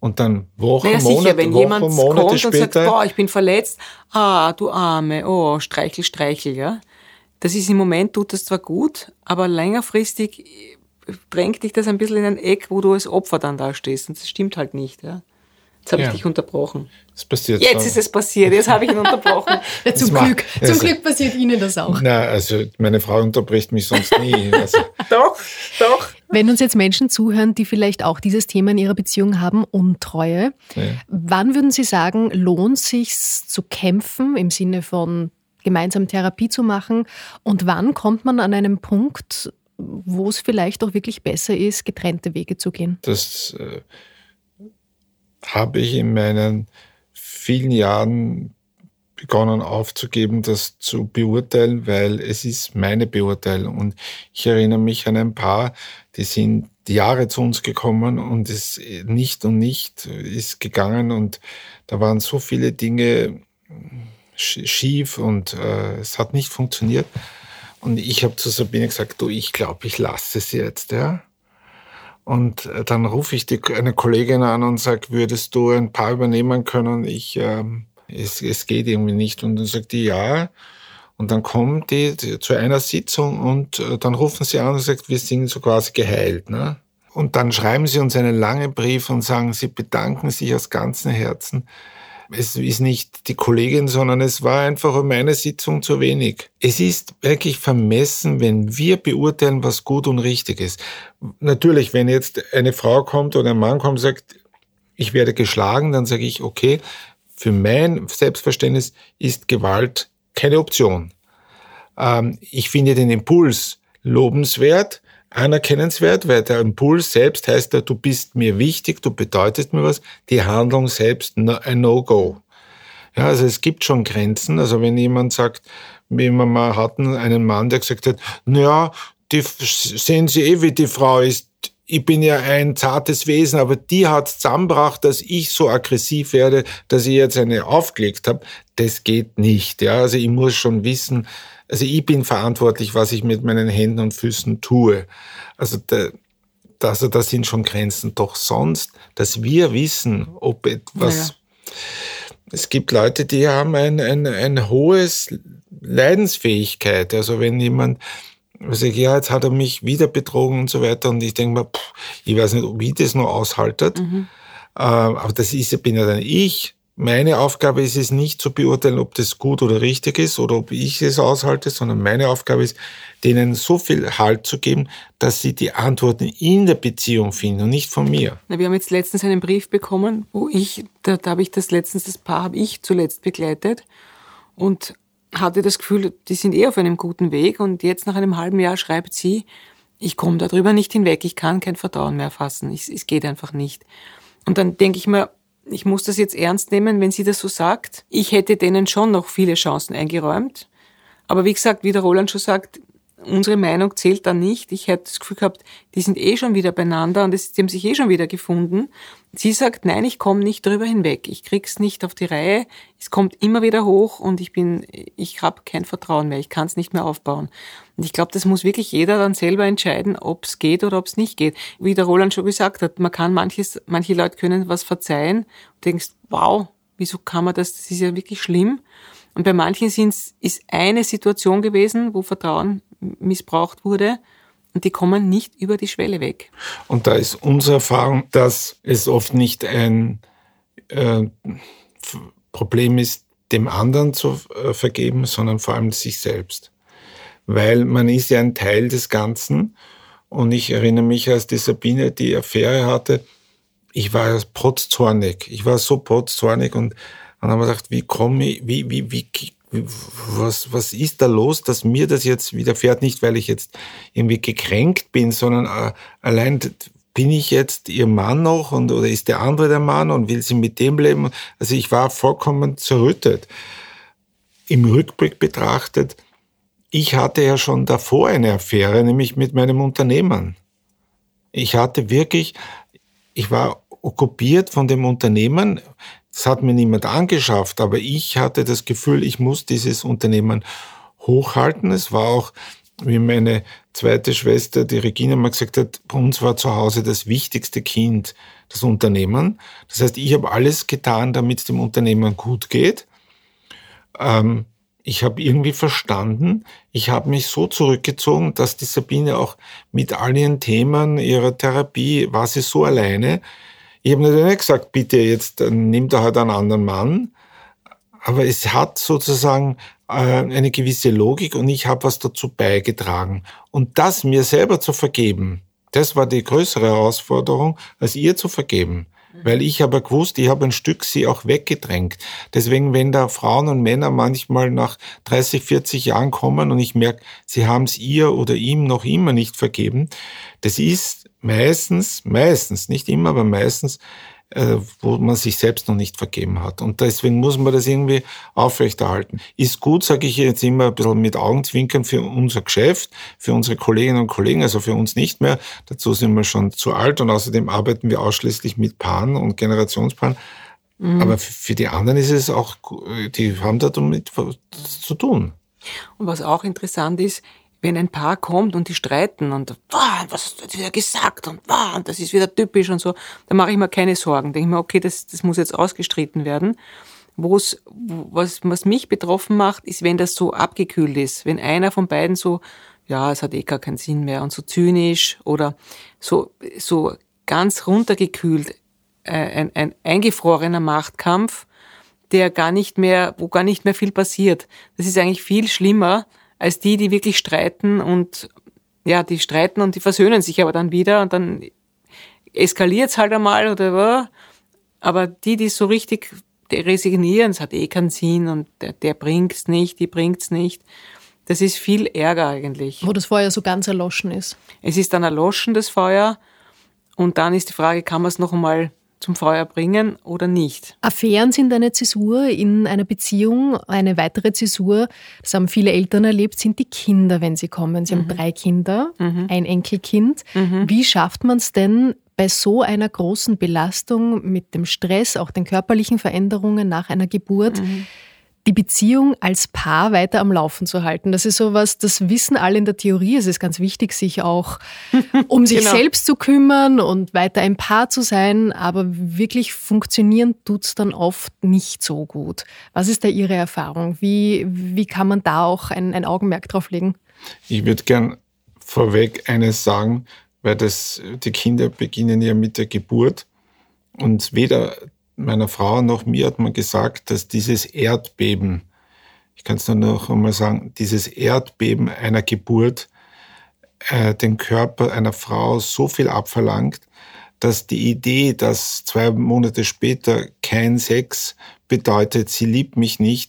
Und dann Wochen, naja, sicher, Monate, wenn Wochen, jemand Monate kommt später. und sagt, boah, ich bin verletzt, ah, du Arme, oh, streichel, streichel, ja. Das ist im Moment, tut das zwar gut, aber längerfristig drängt dich das ein bisschen in ein Eck, wo du als Opfer dann da stehst. Und das stimmt halt nicht, ja. Jetzt habe Ja. ich dich unterbrochen. Das passiert Jetzt so. ist es passiert, jetzt habe ich ihn unterbrochen. Ja, zum Das Glück, macht- zum also- Glück passiert Ihnen das auch. Na, also meine Frau unterbricht mich sonst nie. Also, Doch, doch. Wenn uns jetzt Menschen zuhören, die vielleicht auch dieses Thema in ihrer Beziehung haben, Untreue, Ja. wann würden Sie sagen, lohnt sich's zu kämpfen im Sinne von gemeinsam Therapie zu machen? Und wann kommt man an einem Punkt, wo es vielleicht auch wirklich besser ist, getrennte Wege zu gehen? das äh, habe ich in meinen vielen Jahren begonnen aufzugeben, das zu beurteilen, weil es ist meine Beurteilung. Und ich erinnere mich an ein Paar, die sind Jahre zu uns gekommen und es nicht und nicht ist gegangen und da waren so viele Dinge schief und äh, es hat nicht funktioniert. Und ich habe zu Sabine gesagt, du, ich glaube, ich lasse es jetzt, ja. Und äh, dann rufe ich die, eine Kollegin an und sage, würdest du ein Paar übernehmen können? Ich, ähm, es, es geht irgendwie nicht. Und dann sagt die, ja. Und dann kommen die, die zu einer Sitzung und äh, dann rufen sie an und sagen, wir sind so quasi geheilt. Ne? Und dann schreiben sie uns einen langen Brief und sagen, sie bedanken sich aus ganzem Herzen. Es ist nicht die Kollegin, sondern es war einfach um eine Sitzung zu wenig. Es ist wirklich vermessen, wenn wir beurteilen, was gut und richtig ist. Natürlich, wenn jetzt eine Frau kommt oder ein Mann kommt und sagt, ich werde geschlagen, dann sage ich, okay, für mein Selbstverständnis ist Gewalt keine Option. Ähm, ich finde den Impuls lobenswert, anerkennenswert, weil der Impuls selbst heißt ja, du bist mir wichtig, du bedeutest mir was, die Handlung selbst ein No-Go. Ja, also es gibt schon Grenzen. Also wenn jemand sagt, wie wir mal hatten, einen Mann, der gesagt hat, naja, die sehen Sie eh, wie die Frau ist, ich bin ja ein zartes Wesen, aber die hat zusammengebracht, dass ich so aggressiv werde, dass ich jetzt eine aufgelegt habe. Das geht nicht. Ja, also ich muss schon wissen, also ich bin verantwortlich, was ich mit meinen Händen und Füßen tue. Also da, also das sind schon Grenzen. Doch sonst, dass wir wissen, ob etwas... Naja. Es gibt Leute, die haben ein, ein, ein hohes Leidensfähigkeit. Also wenn jemand... Also ja, jetzt hat er mich wieder betrogen und so weiter. Und ich denke mir, pff, ich weiß nicht, ob ich das noch aushaltet. Mhm. Äh, aber das ist, bin ja dann ich. Meine Aufgabe ist es nicht zu beurteilen, ob das gut oder richtig ist oder ob ich es aushalte, sondern meine Aufgabe ist, denen so viel Halt zu geben, dass sie die Antworten in der Beziehung finden und nicht von mir. Na, wir haben jetzt letztens einen Brief bekommen, wo ich, da, da habe ich das letztens, das Paar habe ich zuletzt begleitet und hatte das Gefühl, die sind eh auf einem guten Weg und jetzt nach einem halben Jahr schreibt sie, ich komme darüber nicht hinweg, ich kann kein Vertrauen mehr fassen, ich, es geht einfach nicht. Und dann denke ich mir, ich muss das jetzt ernst nehmen, wenn sie das so sagt. Ich hätte denen schon noch viele Chancen eingeräumt. Aber wie gesagt, wie der Roland schon sagt, unsere Meinung zählt dann nicht. Ich hätte das Gefühl gehabt, die sind eh schon wieder beieinander und die haben sich eh schon wieder gefunden. Sie sagt, nein, ich komme nicht drüber hinweg. Ich krieg's nicht auf die Reihe. Es kommt immer wieder hoch und ich bin, ich habe kein Vertrauen mehr. Ich kann es nicht mehr aufbauen. Und ich glaube, das muss wirklich jeder dann selber entscheiden, ob es geht oder ob es nicht geht. Wie der Roland schon gesagt hat, man kann manches, manche Leute können was verzeihen. Und du denkst, wow, wieso kann man das? Das ist ja wirklich schlimm. Und bei manchen sind's, ist eine Situation gewesen, wo Vertrauen missbraucht wurde und die kommen nicht über die Schwelle weg. Und da ist unsere Erfahrung, dass es oft nicht ein äh, Problem ist, dem anderen zu äh, vergeben, sondern vor allem sich selbst. Weil man ist ja ein Teil des Ganzen und ich erinnere mich, als die Sabine die Affäre hatte, ich war potzzornig. Ich war so potzzornig und dann haben wir gedacht, wie komme ich, wie, wie, wie, was, was ist da los, dass mir das jetzt widerfährt? Nicht, weil ich jetzt irgendwie gekränkt bin, sondern äh, allein bin ich jetzt ihr Mann noch und, oder ist der andere der Mann und will sie mit dem leben? Also ich war vollkommen zerrüttet. Im Rückblick betrachtet, ich hatte ja schon davor eine Affäre, nämlich mit meinem Unternehmen. Ich hatte wirklich, ich war okkupiert von dem Unternehmen. Das hat mir niemand angeschafft, aber ich hatte das Gefühl, ich muss dieses Unternehmen hochhalten. Es war auch wie meine zweite Schwester, die Regina, mal gesagt hat, bei uns war zu Hause das wichtigste Kind das Unternehmen. Das heißt, ich habe alles getan, damit es dem Unternehmen gut geht. Ähm, ich habe irgendwie verstanden, ich habe mich so zurückgezogen, dass die Sabine auch mit all ihren Themen, ihrer Therapie, war sie so alleine. Ich habe natürlich nicht gesagt, bitte jetzt äh, nimm da halt einen anderen Mann. Aber es hat sozusagen äh, eine gewisse Logik und ich habe was dazu beigetragen. Und das mir selber zu vergeben, das war die größere Herausforderung, als ihr zu vergeben. Weil ich habe gewusst, ich habe ein Stück sie auch weggedrängt. Deswegen, wenn da Frauen und Männer manchmal nach dreißig, vierzig Jahren kommen und ich merke, sie haben es ihr oder ihm noch immer nicht vergeben, das ist meistens, meistens, nicht immer, aber meistens, äh, wo man sich selbst noch nicht vergeben hat. Und deswegen muss man das irgendwie aufrechterhalten. Ist gut, sage ich jetzt immer ein bisschen mit Augenzwinkern für unser Geschäft, für unsere Kolleginnen und Kollegen, also für uns nicht mehr. Dazu sind wir schon zu alt und außerdem arbeiten wir ausschließlich mit Paaren und Generationspaaren. Mhm. Aber für die anderen ist es auch, die haben da damit zu tun. Und was auch interessant ist, wenn ein Paar kommt und die streiten und ah, was hast du wieder gesagt und, ah, und das ist wieder typisch und so, dann mache ich mir keine Sorgen. Denke ich mir, okay, das, das muss jetzt ausgestritten werden. Wo's, was, was mich betroffen macht, ist, wenn das so abgekühlt ist. Wenn einer von beiden so, ja, es hat eh gar keinen Sinn mehr und so zynisch oder so, so ganz runtergekühlt, äh, ein, ein eingefrorener Machtkampf, der gar nicht mehr, wo gar nicht mehr viel passiert. Das ist eigentlich viel schlimmer, als die, die wirklich streiten und, ja, die streiten und die versöhnen sich aber dann wieder und dann eskaliert's halt einmal oder, aber die, die so richtig resignieren, es hat eh keinen Sinn und der, der bringt's nicht, die bringt's nicht, das ist viel Ärger eigentlich. Wo das Feuer so ganz erloschen ist. Es ist dann erloschen, das Feuer, und dann ist die Frage, kann man es noch einmal zum Feuer bringen oder nicht. Affären sind eine Zäsur in einer Beziehung. Eine weitere Zäsur, das haben viele Eltern erlebt, sind die Kinder, wenn sie kommen. Sie mhm. haben drei Kinder, mhm. ein Enkelkind. Mhm. Wie schafft man es denn bei so einer großen Belastung mit dem Stress, auch den körperlichen Veränderungen nach einer Geburt, mhm. die Beziehung als Paar weiter am Laufen zu halten? Das ist sowas, das wissen alle in der Theorie. Es ist ganz wichtig, sich auch um sich genau. selbst zu kümmern und weiter ein Paar zu sein. Aber wirklich funktionieren tut's dann oft nicht so gut. Was ist da Ihre Erfahrung? Wie, wie kann man da auch ein, ein Augenmerk drauf legen? Ich würde gern vorweg eines sagen, weil das, die Kinder beginnen ja mit der Geburt und weder meiner Frau noch mir hat man gesagt, dass dieses Erdbeben, ich kann es nur noch einmal sagen, dieses Erdbeben einer Geburt äh, den Körper einer Frau so viel abverlangt, dass die Idee, dass zwei Monate später kein Sex bedeutet, sie liebt mich nicht,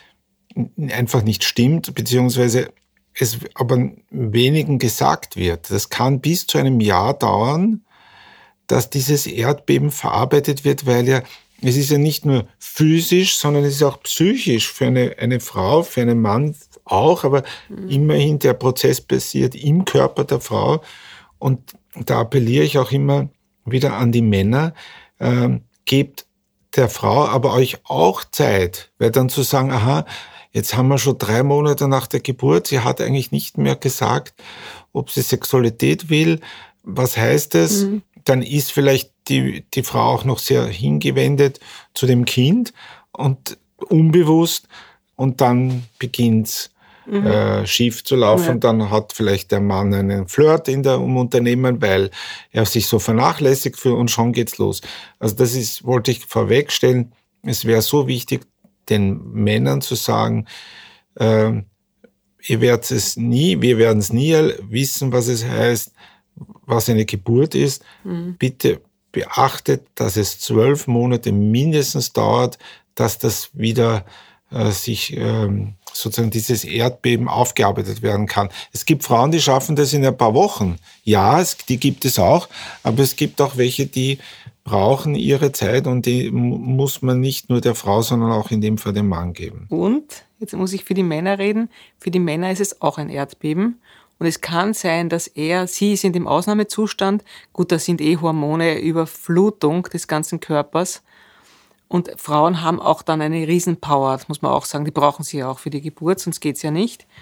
einfach nicht stimmt, beziehungsweise es aber wenigen gesagt wird. Das kann bis zu einem Jahr dauern, dass dieses Erdbeben verarbeitet wird, weil ja, es ist ja nicht nur physisch, sondern es ist auch psychisch für eine, eine Frau, für einen Mann auch, aber mhm. immerhin der Prozess passiert im Körper der Frau. Und da appelliere ich auch immer wieder an die Männer, äh, gebt der Frau aber euch auch Zeit, weil dann zu sagen, aha, jetzt haben wir schon drei Monate nach der Geburt, sie hat eigentlich nicht mehr gesagt, ob sie Sexualität will, was heißt es? Mhm. Dann ist vielleicht die, die Frau auch noch sehr hingewendet zu dem Kind und unbewusst und dann beginnt's mhm. äh, schief zu laufen. Ja. Dann hat vielleicht der Mann einen Flirt in der im Unternehmen, weil er sich so vernachlässigt fühlt und schon geht's los. Also das ist, wollte ich vorwegstellen, es wäre so wichtig, den Männern zu sagen, äh, ihr werdet es nie, wir werden es nie wissen, was es heißt, was eine Geburt ist. Mhm. Bitte beachtet, dass es zwölf Monate mindestens dauert, dass das wieder äh, sich ähm, sozusagen dieses Erdbeben aufgearbeitet werden kann. Es gibt Frauen, die schaffen das in ein paar Wochen. Ja, es, die gibt es auch, aber es gibt auch welche, die brauchen ihre Zeit und die muss man nicht nur der Frau, sondern auch in dem Fall dem Mann geben. Und, jetzt muss ich für die Männer reden, für die Männer ist es auch ein Erdbeben. Und es kann sein, dass er, sie sind im Ausnahmezustand. Gut, das sind eh Hormone, Überflutung des ganzen Körpers. Und Frauen haben auch dann eine Riesenpower, das muss man auch sagen. Die brauchen sie ja auch für die Geburt, sonst geht's ja nicht.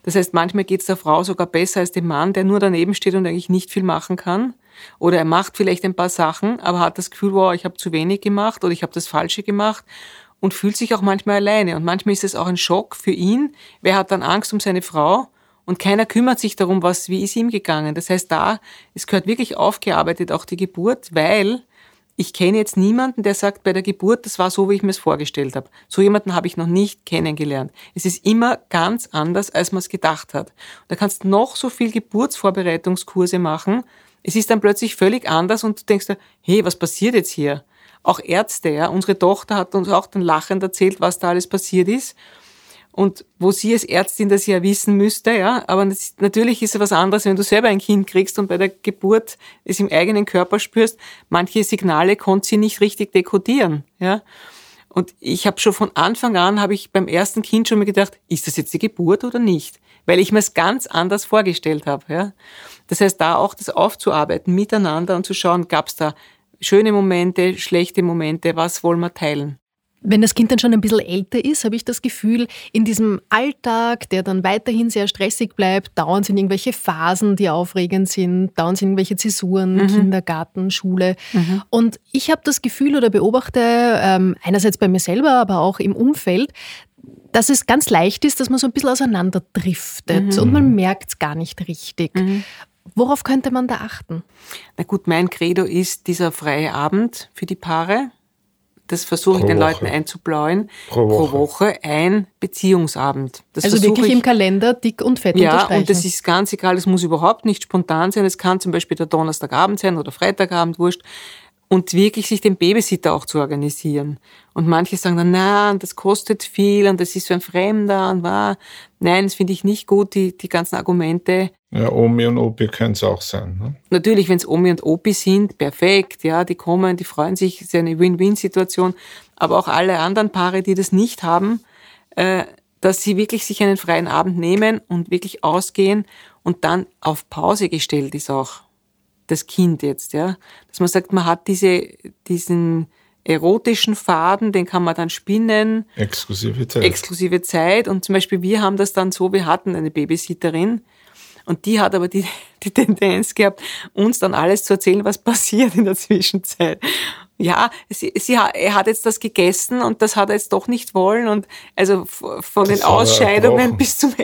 Das heißt, manchmal geht es der Frau sogar besser als dem Mann, der nur daneben steht und eigentlich nicht viel machen kann. Oder er macht vielleicht ein paar Sachen, aber hat das Gefühl, wow, ich habe zu wenig gemacht oder ich habe das Falsche gemacht und fühlt sich auch manchmal alleine. Und manchmal ist es auch ein Schock für ihn. Wer hat dann Angst um seine Frau? Und keiner kümmert sich darum, was, wie ist ihm gegangen. Das heißt, da, es gehört wirklich aufgearbeitet, auch die Geburt, weil ich kenne jetzt niemanden, der sagt, bei der Geburt, das war so, wie ich mir es vorgestellt habe. So jemanden habe ich noch nicht kennengelernt. Es ist immer ganz anders, als man es gedacht hat. Da kannst du noch so viel Geburtsvorbereitungskurse machen. Es ist dann plötzlich völlig anders und du denkst dir, hey, was passiert jetzt hier? Auch Ärzte, ja, unsere Tochter hat uns auch dann lachend erzählt, was da alles passiert ist. Und wo sie als Ärztin das ja wissen müsste, ja, aber das, natürlich ist es was anderes, wenn du selber ein Kind kriegst und bei der Geburt es im eigenen Körper spürst. Manche Signale konnte sie nicht richtig dekodieren, ja. Und ich habe schon von Anfang an, habe ich beim ersten Kind schon mir gedacht, ist das jetzt die Geburt oder nicht? Weil ich mir es ganz anders vorgestellt habe, ja. Das heißt, da auch das aufzuarbeiten miteinander und zu schauen, gab es da schöne Momente, schlechte Momente, was wollen wir teilen? Wenn das Kind dann schon ein bisschen älter ist, habe ich das Gefühl, in diesem Alltag, der dann weiterhin sehr stressig bleibt, dauernd sind irgendwelche Phasen, die aufregend sind, dauernd sind irgendwelche Zäsuren, mhm. Kindergarten, Schule. Mhm. Und ich habe das Gefühl oder beobachte, ähm, einerseits bei mir selber, aber auch im Umfeld, dass es ganz leicht ist, dass man so ein bisschen auseinanderdriftet mhm. und man merkt es gar nicht richtig. Mhm. Worauf könnte man da achten? Na gut, mein Credo ist dieser freie Abend für die Paare. Das versuche ich den Woche. Leuten einzubläuen. Pro Woche. Pro Woche ein Beziehungsabend. Das also wirklich ich, im Kalender dick und fett ja, unterstreichen. Ja, und das ist ganz egal. Es muss überhaupt nicht spontan sein. Es kann zum Beispiel der Donnerstagabend sein oder Freitagabend, wurscht. Und wirklich sich den Babysitter auch zu organisieren. Und manche sagen dann, na, das kostet viel und das ist so ein Fremder und war. Nein, das finde ich nicht gut, die, die ganzen Argumente. Ja, Omi und Opi können es auch sein. Ne? Natürlich, wenn es Omi und Opi sind, perfekt, ja, die kommen, die freuen sich, es ist eine Win-Win-Situation. Aber auch alle anderen Paare, die das nicht haben, äh, dass sie wirklich sich einen freien Abend nehmen und wirklich ausgehen und dann auf Pause gestellt ist auch das Kind jetzt, ja. Dass man sagt, man hat diese, diesen erotischen Faden, den kann man dann spinnen. Exklusive Zeit. Exklusive Zeit. Und zum Beispiel wir haben das dann so, wir hatten eine Babysitterin und die hat aber die, die Tendenz gehabt, uns dann alles zu erzählen, was passiert in der Zwischenzeit. Ja, sie, sie, er hat jetzt das gegessen und das hat er jetzt doch nicht wollen und also von das den Ausscheidungen bis zum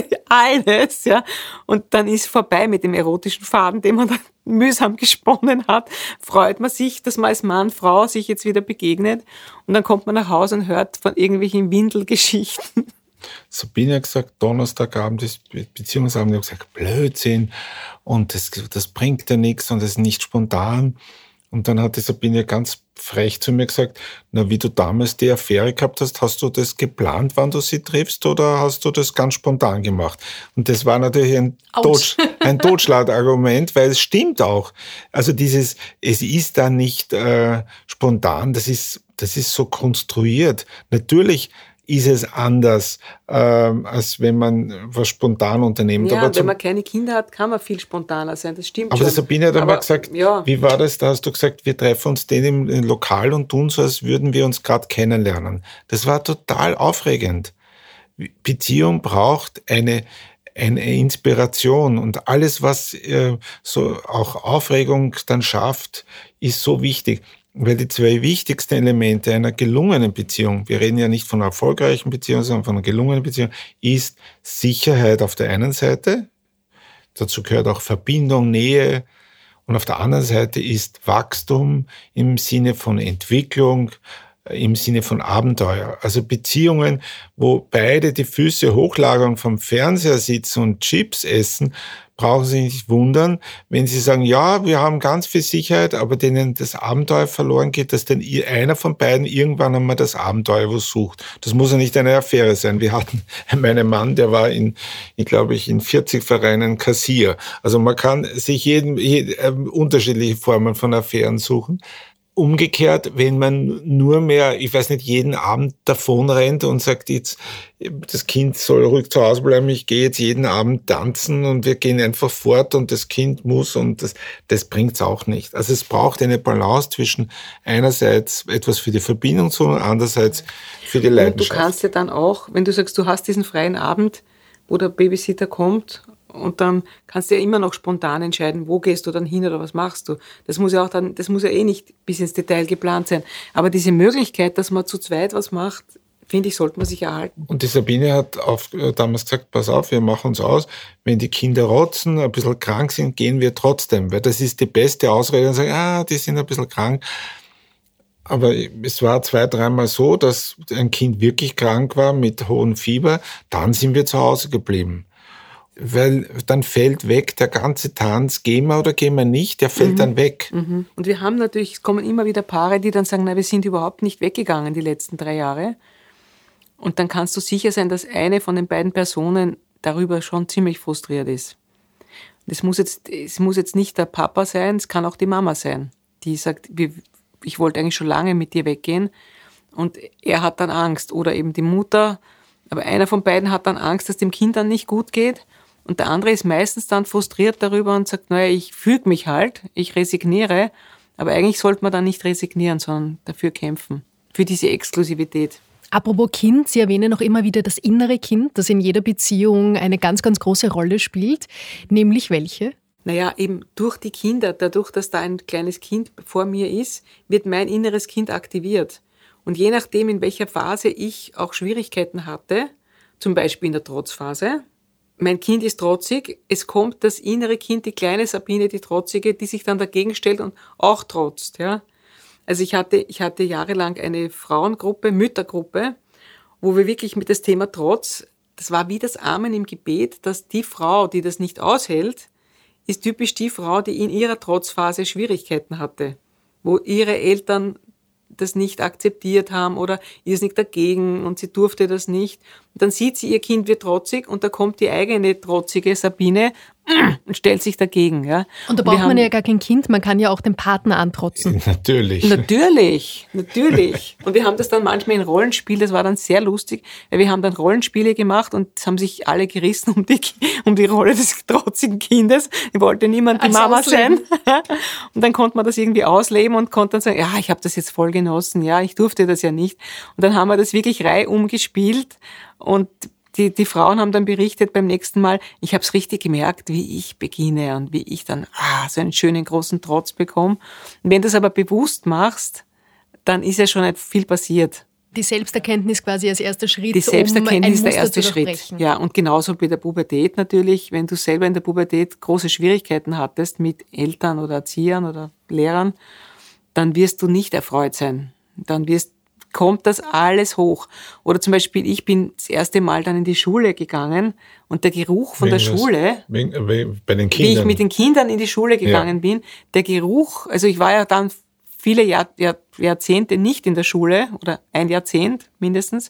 alles, ja. Und dann ist vorbei mit dem erotischen Faden, den man dann mühsam gesponnen hat. Freut man sich, dass man als Mann, Frau sich jetzt wieder begegnet und dann kommt man nach Hause und hört von irgendwelchen Windelgeschichten. Sabine hat gesagt, Donnerstagabend ist Beziehungsabend. Ich habe gesagt, Blödsinn und das, das bringt ja nichts und das ist nicht spontan. Und dann hat die Sabine ganz frech zu mir gesagt, na, wie du damals die Affäre gehabt hast, hast du das geplant, wann du sie triffst, oder hast du das ganz spontan gemacht? Und das war natürlich ein, Totsch, ein Totschlagargument, weil es stimmt auch. Also dieses, es ist da nicht äh, spontan, das ist, das ist so konstruiert. Natürlich ist es anders, ähm, als wenn man was spontan unternimmt. Ja, aber wenn zum, man keine Kinder hat, kann man viel spontaner sein, das stimmt aber schon. Aber Sabine hat einmal gesagt, ja. Wie war das, da hast du gesagt, wir treffen uns den im, im Lokal und tun so, als würden wir uns gerade kennenlernen. Das war total aufregend. Beziehung braucht eine eine Inspiration und alles, was äh, so auch Aufregung dann schafft, ist so wichtig. Weil die zwei wichtigsten Elemente einer gelungenen Beziehung, wir reden ja nicht von einer erfolgreichen Beziehung, sondern von einer gelungenen Beziehung, ist Sicherheit auf der einen Seite, dazu gehört auch Verbindung, Nähe, und auf der anderen Seite ist Wachstum im Sinne von Entwicklung, im Sinne von Abenteuer. Also Beziehungen, wo beide die Füße hochlagern, vom Fernseher sitzen und Chips essen, brauchen Sie nicht wundern, wenn Sie sagen, ja, wir haben ganz viel Sicherheit, aber denen das Abenteuer verloren geht, dass dann einer von beiden irgendwann einmal das Abenteuer wo sucht. Das muss ja nicht eine Affäre sein. Wir hatten meinen Mann, der war in, ich glaube ich, in vierzig Vereinen Kassier. Also man kann sich jeden, jeden äh, unterschiedliche Formen von Affären suchen. Umgekehrt, wenn man nur mehr, ich weiß nicht, jeden Abend davon rennt und sagt, jetzt, das Kind soll ruhig zu Hause bleiben, ich gehe jetzt jeden Abend tanzen und wir gehen einfach fort und das Kind muss, und das, das bringt's auch nicht. Also es braucht eine Balance zwischen einerseits etwas für die Verbindung zu und andererseits für die Leidenschaft. Und du kannst ja dann auch, wenn du sagst, du hast diesen freien Abend, wo der Babysitter kommt und dann kannst du ja immer noch spontan entscheiden, wo gehst du dann hin oder was machst du. Das muss ja auch dann, das muss ja eh nicht bis ins Detail geplant sein. Aber diese Möglichkeit, dass man zu zweit was macht, finde ich, sollte man sich erhalten. Und die Sabine hat auf, äh, damals gesagt, pass auf, wir machen uns aus, wenn die Kinder rotzen, ein bisschen krank sind, gehen wir trotzdem, weil das ist die beste Ausrede und sagen, ah, die sind ein bisschen krank. Aber es war zwei, dreimal so, dass ein Kind wirklich krank war mit hohem Fieber, dann sind wir zu Hause geblieben. Weil dann fällt weg der ganze Tanz, gehen wir oder gehen wir nicht, der fällt mhm. dann weg. Mhm. Und wir haben natürlich, es kommen immer wieder Paare, die dann sagen, na, wir sind überhaupt nicht weggegangen die letzten drei Jahre. Und dann kannst du sicher sein, dass eine von den beiden Personen darüber schon ziemlich frustriert ist. Es muss jetzt, es muss jetzt nicht der Papa sein, es kann auch die Mama sein, die sagt, ich wollte eigentlich schon lange mit dir weggehen und er hat dann Angst. Oder eben die Mutter, aber einer von beiden hat dann Angst, dass dem Kind dann nicht gut geht und der andere ist meistens dann frustriert darüber und sagt, naja, ich füge mich halt, ich resigniere, aber eigentlich sollte man dann nicht resignieren, sondern dafür kämpfen, für diese Exklusivität. Apropos Kind, Sie erwähnen noch immer wieder das innere Kind, das in jeder Beziehung eine ganz, ganz große Rolle spielt. Nämlich welche? Naja, eben durch die Kinder, dadurch, dass da ein kleines Kind vor mir ist, wird mein inneres Kind aktiviert. Und je nachdem, in welcher Phase ich auch Schwierigkeiten hatte, zum Beispiel in der Trotzphase, mein Kind ist trotzig, es kommt das innere Kind, die kleine Sabine, die Trotzige, die sich dann dagegen stellt und auch trotzt, ja. Also ich hatte, ich hatte jahrelang eine Frauengruppe, Müttergruppe, wo wir wirklich mit das Thema Trotz, das war wie das Amen im Gebet, dass die Frau, die das nicht aushält, ist typisch die Frau, die in ihrer Trotzphase Schwierigkeiten hatte, wo ihre Eltern das nicht akzeptiert haben oder ihr ist nicht dagegen und sie durfte das nicht. Und dann sieht sie, ihr Kind wird trotzig und da kommt die eigene trotzige Sabine und stellt sich dagegen. Ja. Und da braucht man ja gar kein Kind, man kann ja auch den Partner antrotzen. Natürlich. Natürlich, natürlich. Und wir haben das dann manchmal in Rollenspiel, das war dann sehr lustig, weil wir haben dann Rollenspiele gemacht und es haben sich alle gerissen um die, um die Rolle des trotzigen Kindes. Ich wollte niemand die Als Mama ausleben. sein. Und dann konnte man das irgendwie ausleben und konnte dann sagen, ja, ich habe das jetzt voll genossen, ja, ich durfte das ja nicht. Und dann haben wir das wirklich reihum gespielt und Die, die Frauen haben dann berichtet beim nächsten Mal, ich habe es richtig gemerkt, wie ich beginne und wie ich dann ah, so einen schönen großen Trotz bekomme. Und wenn du das aber bewusst machst, dann ist ja schon nicht viel passiert. Die Selbsterkenntnis quasi als erster Schritt, Die Selbsterkenntnis um ist der erste Schritt. Ja, und genauso bei der Pubertät natürlich, wenn du selber in der Pubertät große Schwierigkeiten hattest mit Eltern oder Erziehern oder Lehrern, dann wirst du nicht erfreut sein. Dann wirst kommt das alles hoch. Oder zum Beispiel, ich bin das erste Mal dann in die Schule gegangen und der Geruch von wegen der was, Schule, wegen, bei den Kindern. Wie ich mit den Kindern in die Schule gegangen ja. bin, der Geruch, also ich war ja dann viele Jahr, Jahr, Jahrzehnte nicht in der Schule oder ein Jahrzehnt mindestens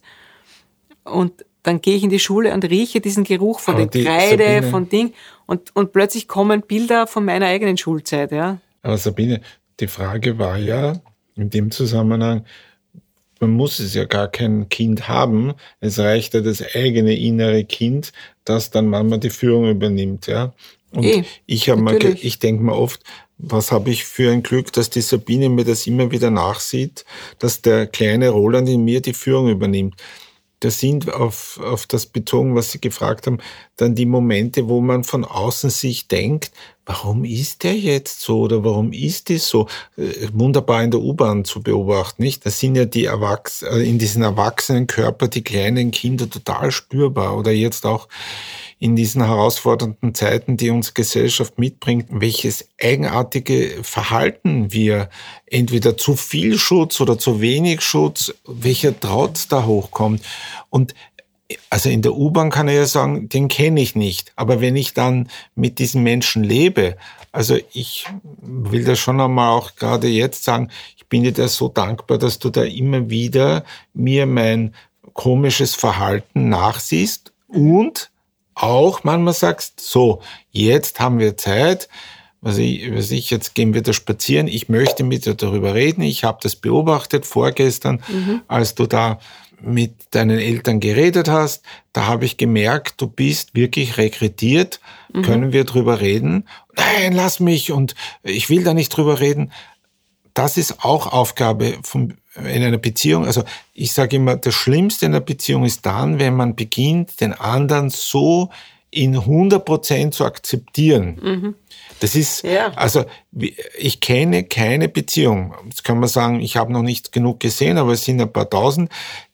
und dann gehe ich in die Schule und rieche diesen Geruch von der Kreide, Sabine, von Ding und, und plötzlich kommen Bilder von meiner eigenen Schulzeit. Ja. Aber Sabine, die Frage war ja in dem Zusammenhang, man muss es ja gar kein Kind haben. Es reicht ja das eigene innere Kind, das dann manchmal die Führung übernimmt, ja. Und e, ich habe mal, ich denke mir oft, was habe ich für ein Glück, dass die Sabine mir das immer wieder nachsieht, dass der kleine Roland in mir die Führung übernimmt. Das sind auf, auf das bezogen, was Sie gefragt haben, dann die Momente, wo man von außen sich denkt, warum ist der jetzt so oder warum ist die so? Wunderbar in der U-Bahn zu beobachten, nicht? Das sind ja die Erwachsenen, in diesen erwachsenen Körper die kleinen Kinder total spürbar oder jetzt auch in diesen herausfordernden Zeiten, die unsere Gesellschaft mitbringt, welches eigenartige Verhalten wir, entweder zu viel Schutz oder zu wenig Schutz, welcher Trotz da hochkommt. Und also in der U-Bahn kann ich ja sagen, den kenne ich nicht. Aber wenn ich dann mit diesen Menschen lebe, also ich will das schon einmal auch gerade jetzt sagen, ich bin dir da so dankbar, dass du da immer wieder mir mein komisches Verhalten nachsiehst und auch manchmal sagst, so, jetzt haben wir Zeit, was ich, was ich, jetzt gehen wir da spazieren, ich möchte mit dir darüber reden, ich habe das beobachtet vorgestern, mhm. als du da mit deinen Eltern geredet hast, da habe ich gemerkt, du bist wirklich regrediert, mhm. können wir drüber reden? Nein, lass mich und ich will da nicht drüber reden. das ist auch Aufgabe von, in einer Beziehung. Also ich sage immer, das Schlimmste in einer Beziehung ist dann, wenn man beginnt, den anderen so in hundert Prozent zu akzeptieren. Mhm. Das ist, ja. also ich kenne keine Beziehung, jetzt kann man sagen, ich habe noch nicht genug gesehen, aber es sind ein paar tausend,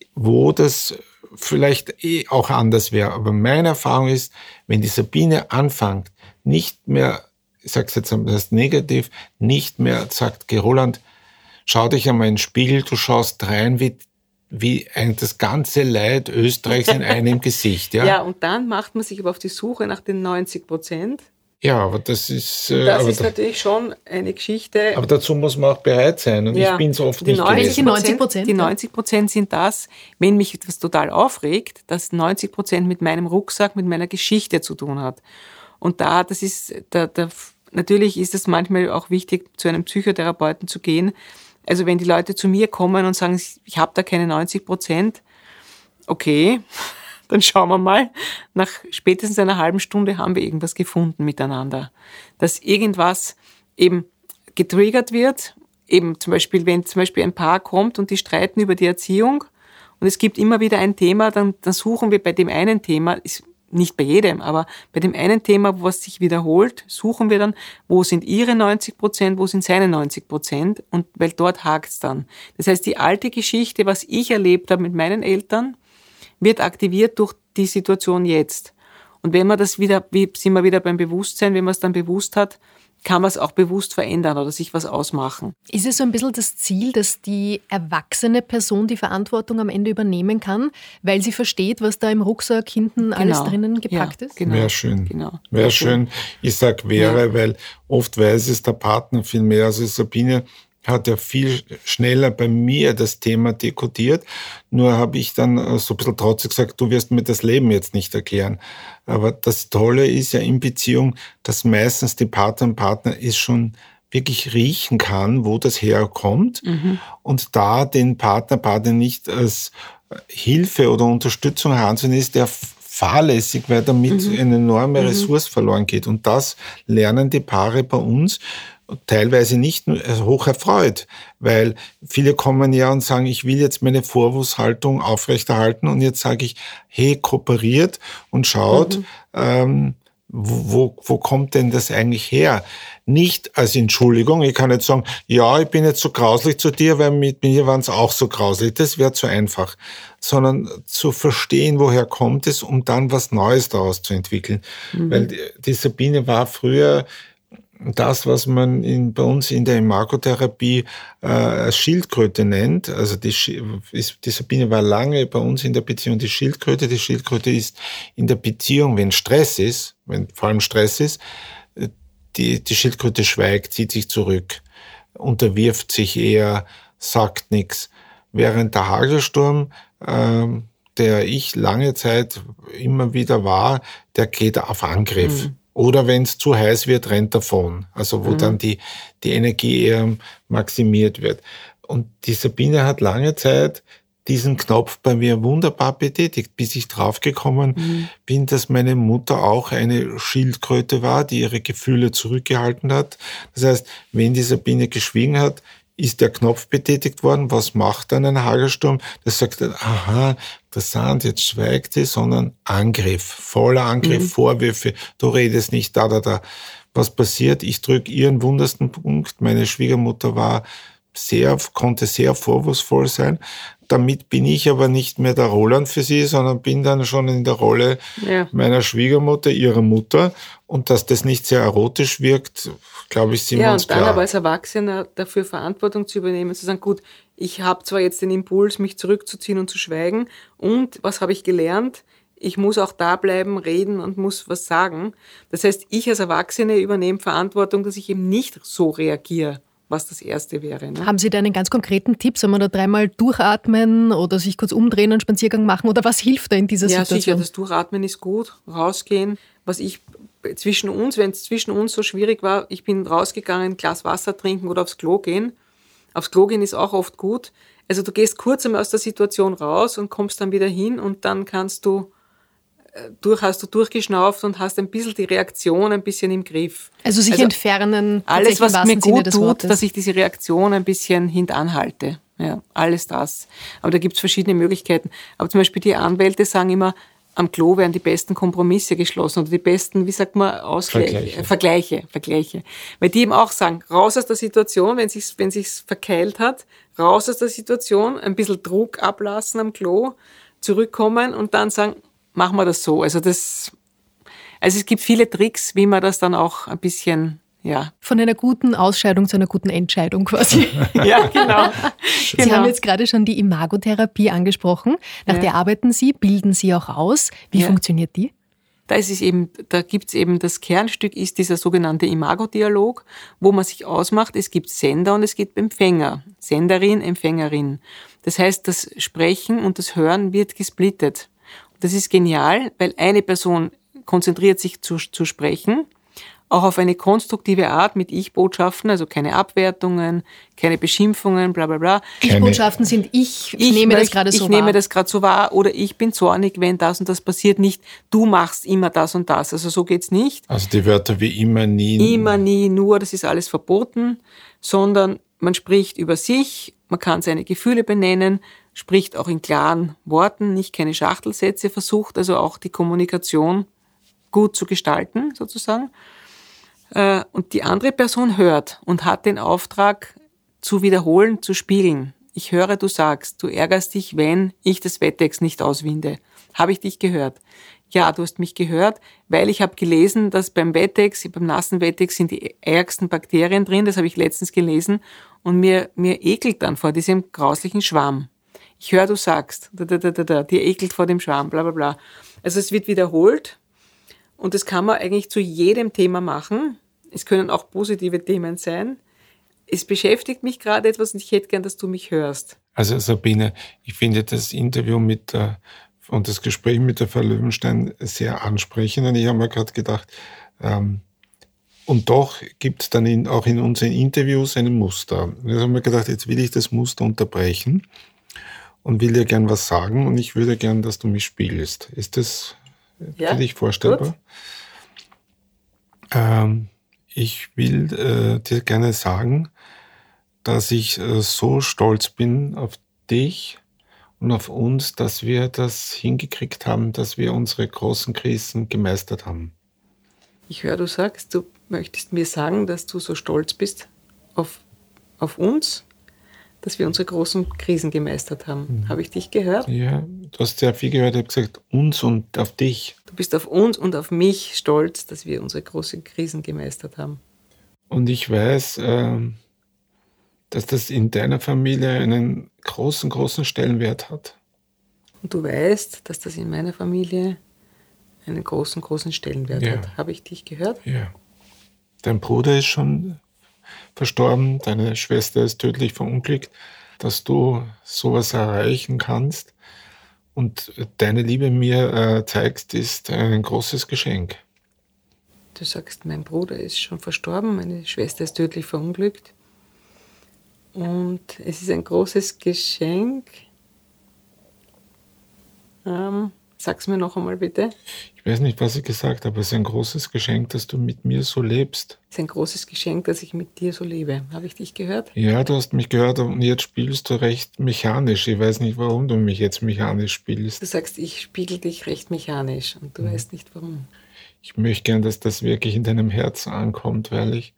wo das vielleicht eh auch anders wäre. Aber meine Erfahrung ist, wenn die Sabine anfängt, nicht mehr, ich sage es jetzt das negativ, nicht mehr sagt, geh Roland, schau dich einmal in den Spiegel, du schaust rein wie wie ein, das ganze Leid Österreichs in einem Gesicht. Ja? Ja, und dann macht man sich aber auf die Suche nach den neunzig Prozent. Ja, aber das ist... Äh, das aber ist da, natürlich schon eine Geschichte. Aber dazu muss man auch bereit sein und ja. ich bin es oft die nicht gewesen. Die neunzig Prozent? Die neunzig Prozent sind das, wenn mich etwas total aufregt, dass neunzig Prozent mit meinem Rucksack, mit meiner Geschichte zu tun hat. Und da, das ist, da, da, natürlich ist es manchmal auch wichtig, zu einem Psychotherapeuten zu gehen. Also wenn die Leute zu mir kommen und sagen, ich habe da keine neunzig Prozent, okay, dann schauen wir mal. Nach spätestens einer halben Stunde haben wir irgendwas gefunden miteinander. Dass irgendwas eben getriggert wird, eben zum Beispiel, wenn zum Beispiel ein Paar kommt und die streiten über die Erziehung und es gibt immer wieder ein Thema, dann, dann suchen wir bei dem einen Thema, ist nicht bei jedem, aber bei dem einen Thema, was sich wiederholt, suchen wir dann, wo sind ihre neunzig Prozent, wo sind seine neunzig Prozent, und weil dort hakt's dann. Das heißt, die alte Geschichte, was ich erlebt habe mit meinen Eltern, wird aktiviert durch die Situation jetzt. Und wenn man das wieder, wie sind wir wieder beim Bewusstsein, wenn man es dann bewusst hat, kann man es auch bewusst verändern oder sich was ausmachen. Ist es so ein bisschen das Ziel, dass die erwachsene Person die Verantwortung am Ende übernehmen kann, weil sie versteht, was da im Rucksack hinten genau. alles drinnen gepackt ja, ist? Genau. Wäre schön. Genau. Wäre schön. Ich sag wäre, ja. weil oft weiß es der Partner viel mehr. Also Sabine hat ja viel schneller bei mir das Thema dekodiert. Nur habe ich dann so ein bisschen trotzig gesagt, du wirst mir das Leben jetzt nicht erklären. Aber das Tolle ist ja in Beziehung, dass meistens die Partner und Partner es schon wirklich riechen kann, wo das herkommt. Mhm. Und da den Partner, Partner nicht als Hilfe oder Unterstützung heranzunehmen, ist der fahrlässig, weil damit mhm. eine enorme Ressource mhm. verloren geht. Und das lernen die Paare bei uns teilweise nicht nur also hoch erfreut, weil viele kommen ja und sagen, ich will jetzt meine Vorwurfshaltung aufrechterhalten und jetzt sage ich, hey, kooperiert und schaut, mhm. ähm, wo, wo kommt denn das eigentlich her? Nicht als Entschuldigung, ich kann jetzt sagen, ja, ich bin jetzt so grauslich zu dir, weil mit mir waren es auch so grauslich, das wäre zu einfach, sondern zu verstehen, woher kommt es, um dann was Neues daraus zu entwickeln. Mhm. Weil die, die Sabine war früher das, was man in, bei uns in der Imago-Therapie äh, Schildkröte nennt. Also die, die Sabine war lange bei uns in der Beziehung die Schildkröte. Die Schildkröte ist in der Beziehung, wenn Stress ist, wenn vor allem Stress ist, die, die Schildkröte schweigt, zieht sich zurück, unterwirft sich eher, sagt nichts. Während der Hagelsturm, äh, der ich lange Zeit immer wieder war, der geht auf Angriff. Mhm. Oder wenn es zu heiß wird, rennt davon. Also wo mhm. dann die, die Energie eher maximiert wird. Und die Sabine hat lange Zeit diesen Knopf bei mir wunderbar betätigt, bis ich draufgekommen mhm. bin, dass meine Mutter auch eine Schildkröte war, die ihre Gefühle zurückgehalten hat. Das heißt, wenn die Sabine geschwiegen hat, ist der Knopf betätigt worden. Was macht dann ein Hagelsturm? Das sagt, aha, interessant, jetzt schweigt sie, sondern Angriff, voller Angriff, mhm. Vorwürfe, du redest nicht, da, da, da. Was passiert? Ich drücke ihren wundersten Punkt. Meine Schwiegermutter war sehr, konnte sehr vorwurfsvoll sein. Damit bin ich aber nicht mehr der Roland für sie, sondern bin dann schon in der Rolle ja. meiner Schwiegermutter, ihrer Mutter. Und dass das nicht sehr erotisch wirkt, glaube ich, sind ja, wir uns klar. Ja, und dann klar. aber als Erwachsener dafür Verantwortung zu übernehmen, zu sagen, gut, ich habe zwar jetzt den Impuls, mich zurückzuziehen und zu schweigen, und was habe ich gelernt? Ich muss auch da bleiben, reden und muss was sagen. Das heißt, ich als Erwachsene übernehme Verantwortung, dass ich eben nicht so reagiere, was das Erste wäre. Ne? Haben Sie da einen ganz konkreten Tipp? Soll man da dreimal durchatmen oder sich kurz umdrehen, einen Spaziergang machen? Oder was hilft da in dieser ja, Situation? Ja, sicher, das Durchatmen ist gut. Rausgehen. Was ich zwischen uns, wenn es zwischen uns so schwierig war, ich bin rausgegangen, ein Glas Wasser trinken oder aufs Klo gehen. Aufs Klo gehen ist auch oft gut. Also du gehst kurz einmal aus der Situation raus und kommst dann wieder hin und dann kannst du durch, hast du durchgeschnauft und hast ein bisschen die Reaktion ein bisschen im Griff. Also sich also entfernen. Alles, was mir gut tut, Wortes. dass ich diese Reaktion ein bisschen hintanhalte. Ja, alles das. Aber da gibt's verschiedene Möglichkeiten. Aber zum Beispiel die Anwälte sagen immer, am Klo werden die besten Kompromisse geschlossen oder die besten, wie sagt man, Ausgleiche, Vergleiche. Äh, Vergleiche, Vergleiche. Weil die eben auch sagen, raus aus der Situation, wenn sich's, wenn sich's verkeilt hat, raus aus der Situation, ein bisschen Druck ablassen am Klo, zurückkommen und dann sagen, machen wir das so. Also das, also es gibt viele Tricks, wie man das dann auch ein bisschen, ja. Von einer guten Ausscheidung zu einer guten Entscheidung quasi. Ja, genau. Sie genau. haben jetzt gerade schon die Imagotherapie angesprochen. Nach Ja. der arbeiten Sie, bilden Sie auch aus. Wie Ja. funktioniert die? Da ist es eben, da gibt's eben, das Kernstück ist dieser sogenannte Imago-Dialog, wo man sich ausmacht, es gibt Sender und es gibt Empfänger. Senderin, Empfängerin. Das heißt, das Sprechen und das Hören wird gesplittet. Das ist genial, weil eine Person konzentriert sich zu, zu sprechen, auch auf eine konstruktive Art mit Ich-Botschaften, also keine Abwertungen, keine Beschimpfungen, bla bla bla. Ich-Botschaften sind ich, Ich nehme das möchte- gerade so Ich nehme wahr. das gerade so wahr oder ich bin zornig, wenn das und das passiert. Nicht, du machst immer das und das. Also so geht's nicht. Also die Wörter wie immer, nie. Immer, nie, nur, das ist alles verboten, sondern man spricht über sich, man kann seine Gefühle benennen, spricht auch in klaren Worten, nicht keine Schachtelsätze, versucht also auch die Kommunikation gut zu gestalten, sozusagen. Äh, Und die andere Person hört und hat den Auftrag zu wiederholen, zu spiegeln. Ich höre, du sagst, du ärgerst dich, wenn ich das Wettex nicht auswinde. Habe ich dich gehört? Ja, du hast mich gehört, weil ich habe gelesen, dass beim Wettex, beim nassen Wettex sind die ärgsten Bakterien drin, das habe ich letztens gelesen und mir, mir ekelt dann vor diesem grauslichen Schwamm. Ich höre, du sagst, da, da, da, da, da, dir ekelt vor dem Schwamm, bla, bla, bla. Also es wird wiederholt und das kann man eigentlich zu jedem Thema machen. Es können auch positive Themen sein. Es beschäftigt mich gerade etwas und ich hätte gern, dass du mich hörst. Also Sabine, ich finde das Interview mit der und das Gespräch mit der Frau Löwenstein sehr ansprechend. Und ich habe mir gerade gedacht, ähm, und doch gibt es dann in, auch in unseren Interviews ein Muster. Und jetzt habe ich mir gedacht, jetzt will ich das Muster unterbrechen und will dir gern was sagen und ich würde gern, dass du mich spiegelst. Ist das Ja, für dich vorstellbar? Ähm, ich will äh, dir gerne sagen, dass ich äh, so stolz bin auf dich und auf uns, dass wir das hingekriegt haben, dass wir unsere großen Krisen gemeistert haben. Ich höre, du sagst, du möchtest mir sagen, dass du so stolz bist auf, auf uns, dass wir unsere großen Krisen gemeistert haben. Mhm. Habe ich dich gehört? Ja, du hast sehr viel gehört. Ich habe gesagt, uns und auf dich. Du bist auf uns und auf mich stolz, dass wir unsere großen Krisen gemeistert haben. Und ich weiß, äh, dass das in deiner Familie einen großen, großen Stellenwert hat. Und du weißt, dass das in meiner Familie einen großen, großen Stellenwert Ja. hat. Habe ich dich gehört? Ja. Dein Bruder ist schon verstorben, deine Schwester ist tödlich verunglückt, dass du sowas erreichen kannst und deine Liebe mir äh, zeigst, ist ein großes Geschenk. Du sagst, mein Bruder ist schon verstorben, meine Schwester ist tödlich verunglückt. Und es ist ein großes Geschenk. Ähm, sag's mir noch einmal bitte. Ich weiß nicht, was ich gesagt habe, es ist ein großes Geschenk, dass du mit mir so lebst. Es ist ein großes Geschenk, dass ich mit dir so lebe. Habe ich dich gehört? Ja, du hast mich gehört und jetzt spielst du recht mechanisch. Ich weiß nicht, warum du mich jetzt mechanisch spielst. Du sagst, ich spiegel dich recht mechanisch und du mhm. weißt nicht warum. Ich möchte gern, dass das wirklich in deinem Herzen ankommt, weil ich...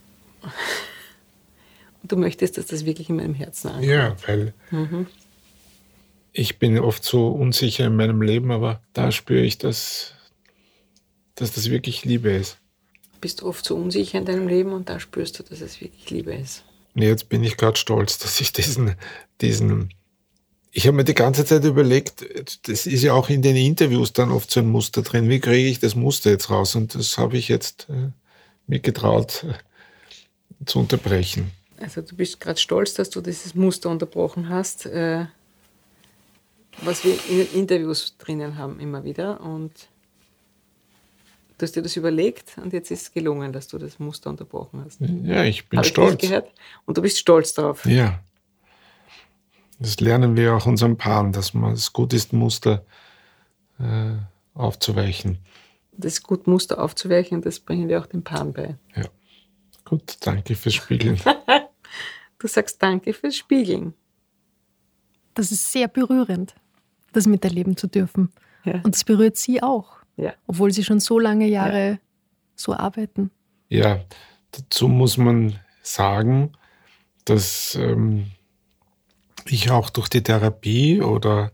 Und du möchtest, dass das wirklich in meinem Herzen ankommt? Ja, weil mhm. ich bin oft so unsicher in meinem Leben, aber da spüre ich, dass, dass das wirklich Liebe ist. Du bist oft so unsicher in deinem Leben und da spürst du, dass es wirklich Liebe ist. Und jetzt bin ich gerade stolz, dass ich diesen... diesen ich habe mir die ganze Zeit überlegt, das ist ja auch in den Interviews dann oft so ein Muster drin, wie kriege ich das Muster jetzt raus? Und das habe ich jetzt äh, mir getraut äh, zu unterbrechen. Also du bist gerade stolz, dass du dieses Muster unterbrochen hast, äh, was wir in den Interviews drinnen haben immer wieder. Und du hast dir das überlegt und jetzt ist es gelungen, dass du das Muster unterbrochen hast. Ja, ich bin Hab stolz. Ich dich gehört? Und du bist stolz drauf. Ja. Das lernen wir auch unseren Paaren, dass man es gut ist, Muster äh, aufzuweichen. Das ist gut, Muster aufzuweichen, das bringen wir auch den Paaren bei. Ja, gut, danke fürs Spiegeln. Du sagst danke fürs Spiegeln. Das ist sehr berührend, das miterleben zu dürfen. Ja. Und es berührt Sie auch, Ja. obwohl Sie schon so lange Jahre ja. so arbeiten. Ja, dazu muss man sagen, dass ähm, ich auch durch die Therapie oder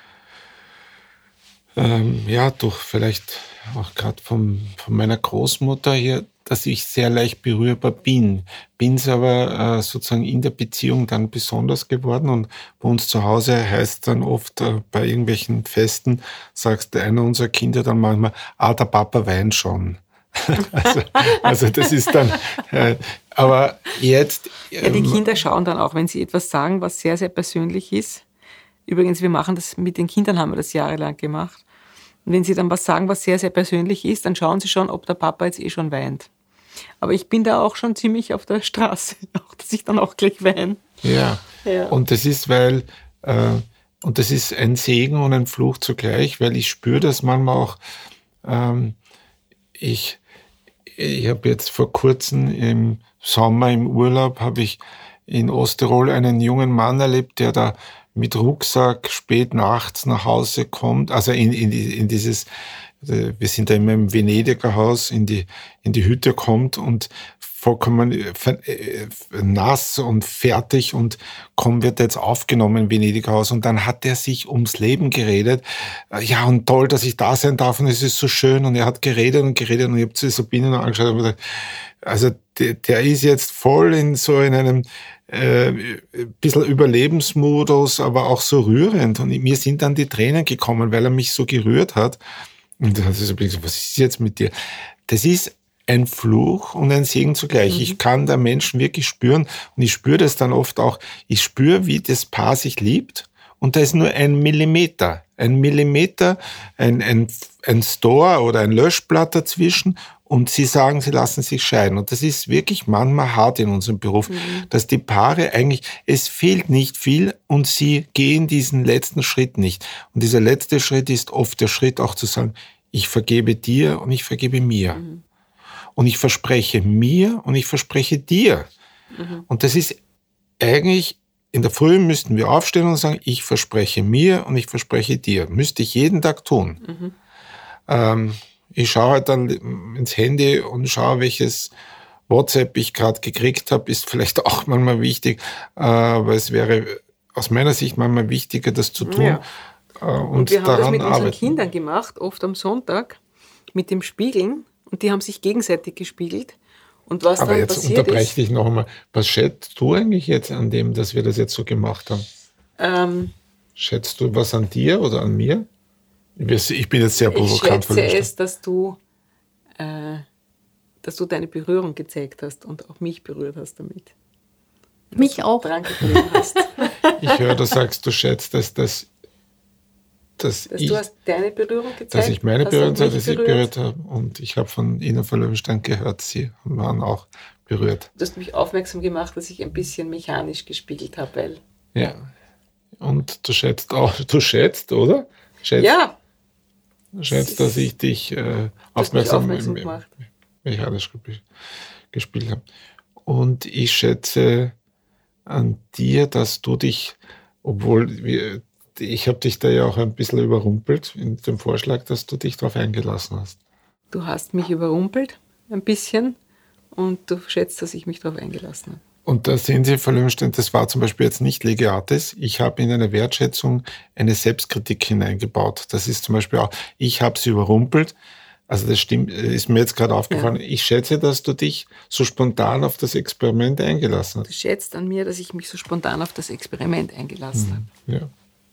ähm, ja, durch vielleicht auch gerade von meiner Großmutter hier, dass ich sehr leicht berührbar bin. Bin es aber äh, sozusagen in der Beziehung dann besonders geworden. Und bei uns zu Hause heißt dann oft äh, bei irgendwelchen Festen, sagst einer unserer Kinder dann manchmal, ah, der Papa weint schon. also, also das ist dann, äh, aber jetzt... Ähm, ja, die Kinder schauen dann auch, wenn sie etwas sagen, was sehr, sehr persönlich ist. Übrigens, wir machen das mit den Kindern, haben wir das jahrelang gemacht. Und wenn sie dann was sagen, was sehr, sehr persönlich ist, dann schauen sie schon, ob der Papa jetzt eh schon weint. Aber ich bin da auch schon ziemlich auf der Straße, dass ich dann auch gleich weine. Ja. ja, und das ist, weil, äh, und das ist ein Segen und ein Fluch zugleich, weil ich spüre das manchmal auch, ähm, ich, ich habe jetzt vor kurzem im Sommer im Urlaub, habe ich in Osttirol einen jungen Mann erlebt, der da mit Rucksack spät nachts nach Hause kommt, also in, in, in dieses, wir sind da immer im Venediger Haus, in die, in die Hütte kommt und vollkommen nass und fertig und komm, wird jetzt aufgenommen im Venediger Haus. Und dann hat er sich ums Leben geredet. Ja, und toll, dass ich da sein darf und es ist so schön. Und er hat geredet und geredet und ich habe zu Sabine noch angeschaut und gesagt, also der, der ist jetzt voll in so in einem äh, bisschen Überlebensmodus, aber auch so rührend. Und mir sind dann die Tränen gekommen, weil er mich so gerührt hat. Und dann hat sie so gesagt, was ist jetzt mit dir? Das ist ein Fluch und ein Segen zugleich. Mhm. Ich kann da Menschen wirklich spüren und ich spüre das dann oft auch. Ich spüre, wie das Paar sich liebt und da ist nur ein Millimeter, ein Millimeter, ein, ein, ein Store oder ein Löschblatt dazwischen und sie sagen, sie lassen sich scheiden. Und das ist wirklich manchmal hart in unserem Beruf, mhm. dass die Paare eigentlich, es fehlt nicht viel und sie gehen diesen letzten Schritt nicht. Und dieser letzte Schritt ist oft der Schritt auch zu sagen, ich vergebe dir und ich vergebe mir. Mhm. Und ich verspreche mir und ich verspreche dir. Mhm. Und das ist eigentlich, in der Früh müssten wir aufstehen und sagen, ich verspreche mir und ich verspreche dir. Müsste ich jeden Tag tun. Mhm. Ähm, ich schaue halt dann ins Handy und schaue, welches WhatsApp ich gerade gekriegt habe, ist vielleicht auch manchmal wichtig. Äh, aber es wäre aus meiner Sicht manchmal wichtiger, das zu tun. Ja. Äh, und, und wir haben daran das mit unseren arbeiten. Kindern gemacht, oft am Sonntag, mit dem Spiegeln. Und die haben sich gegenseitig gespiegelt. Und was Aber dann jetzt passiert unterbreche ist, dich noch einmal. Was schätzt du eigentlich jetzt an dem, dass wir das jetzt so gemacht haben? Ähm, Schätzt du was an dir oder an mir? Ich bin jetzt sehr provokant. Ich schätze es, dass du, äh, dass du deine Berührung gezeigt hast und auch mich berührt hast damit. Mich auch. Dran geblieben hast. Ich höre, du sagst, du schätzt es, dass Dass, dass ich, du hast deine Berührung gezeigt, dass ich meine Berührung gezeigt, dass ich berührt habe. Und ich habe von Ina von Löwenstein gehört, sie waren auch berührt. Du hast mich aufmerksam gemacht, dass ich ein bisschen mechanisch gespiegelt habe, weil... Ja. Und du schätzt auch, du schätzt, oder? Schätzt, ja. Du schätzt, dass ich dich äh, aufmerksam, aufmerksam gemacht. mechanisch gespielt habe. Und ich schätze an dir, dass du dich, obwohl wir... Ich habe dich da ja auch ein bisschen überrumpelt in dem Vorschlag, dass du dich darauf eingelassen hast. Du hast mich überrumpelt, ein bisschen, und du schätzt, dass ich mich darauf eingelassen habe. Und da sehen Sie, Frau Löwenstein, das war zum Beispiel jetzt nicht Lege Artis. Ich habe in eine Wertschätzung eine Selbstkritik hineingebaut. Das ist zum Beispiel auch, ich habe sie überrumpelt. Also das stimmt, ist mir jetzt gerade aufgefallen. Ja. Ich schätze, dass du dich so spontan auf das Experiment eingelassen hast. Du schätzt an mir, dass ich mich so spontan auf das Experiment eingelassen mhm. habe. Ja.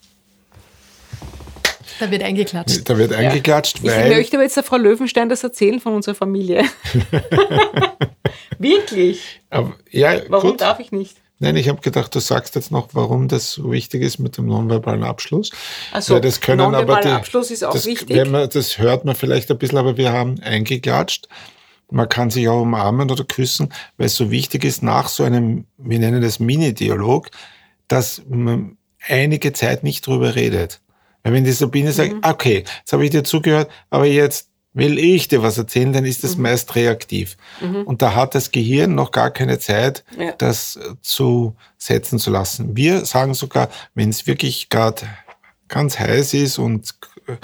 Da wird eingeklatscht. Da wird eingeklatscht, ja. weil... Ich möchte aber jetzt der Frau Löwenstein das erzählen von unserer Familie. Wirklich? Aber, ja, warum gut. darf ich nicht? Nein, ich habe gedacht, du sagst jetzt noch, warum das so wichtig ist mit dem nonverbalen Abschluss. Also, nonverbaler Abschluss ist auch das, wichtig. Wenn man, das hört man vielleicht ein bisschen, aber wir haben eingeklatscht. Man kann sich auch umarmen oder küssen, weil es so wichtig ist, nach so einem, wir nennen das Mini-Dialog, dass man einige Zeit nicht drüber redet. Weil wenn die Sabine sagt, Mhm. okay, jetzt habe ich dir zugehört, aber jetzt will ich dir was erzählen, dann ist das Mhm. meist reaktiv. Mhm. Und da hat das Gehirn noch gar keine Zeit, Ja. das zu setzen zu lassen. Wir sagen sogar, wenn es wirklich gerade ganz heiß ist und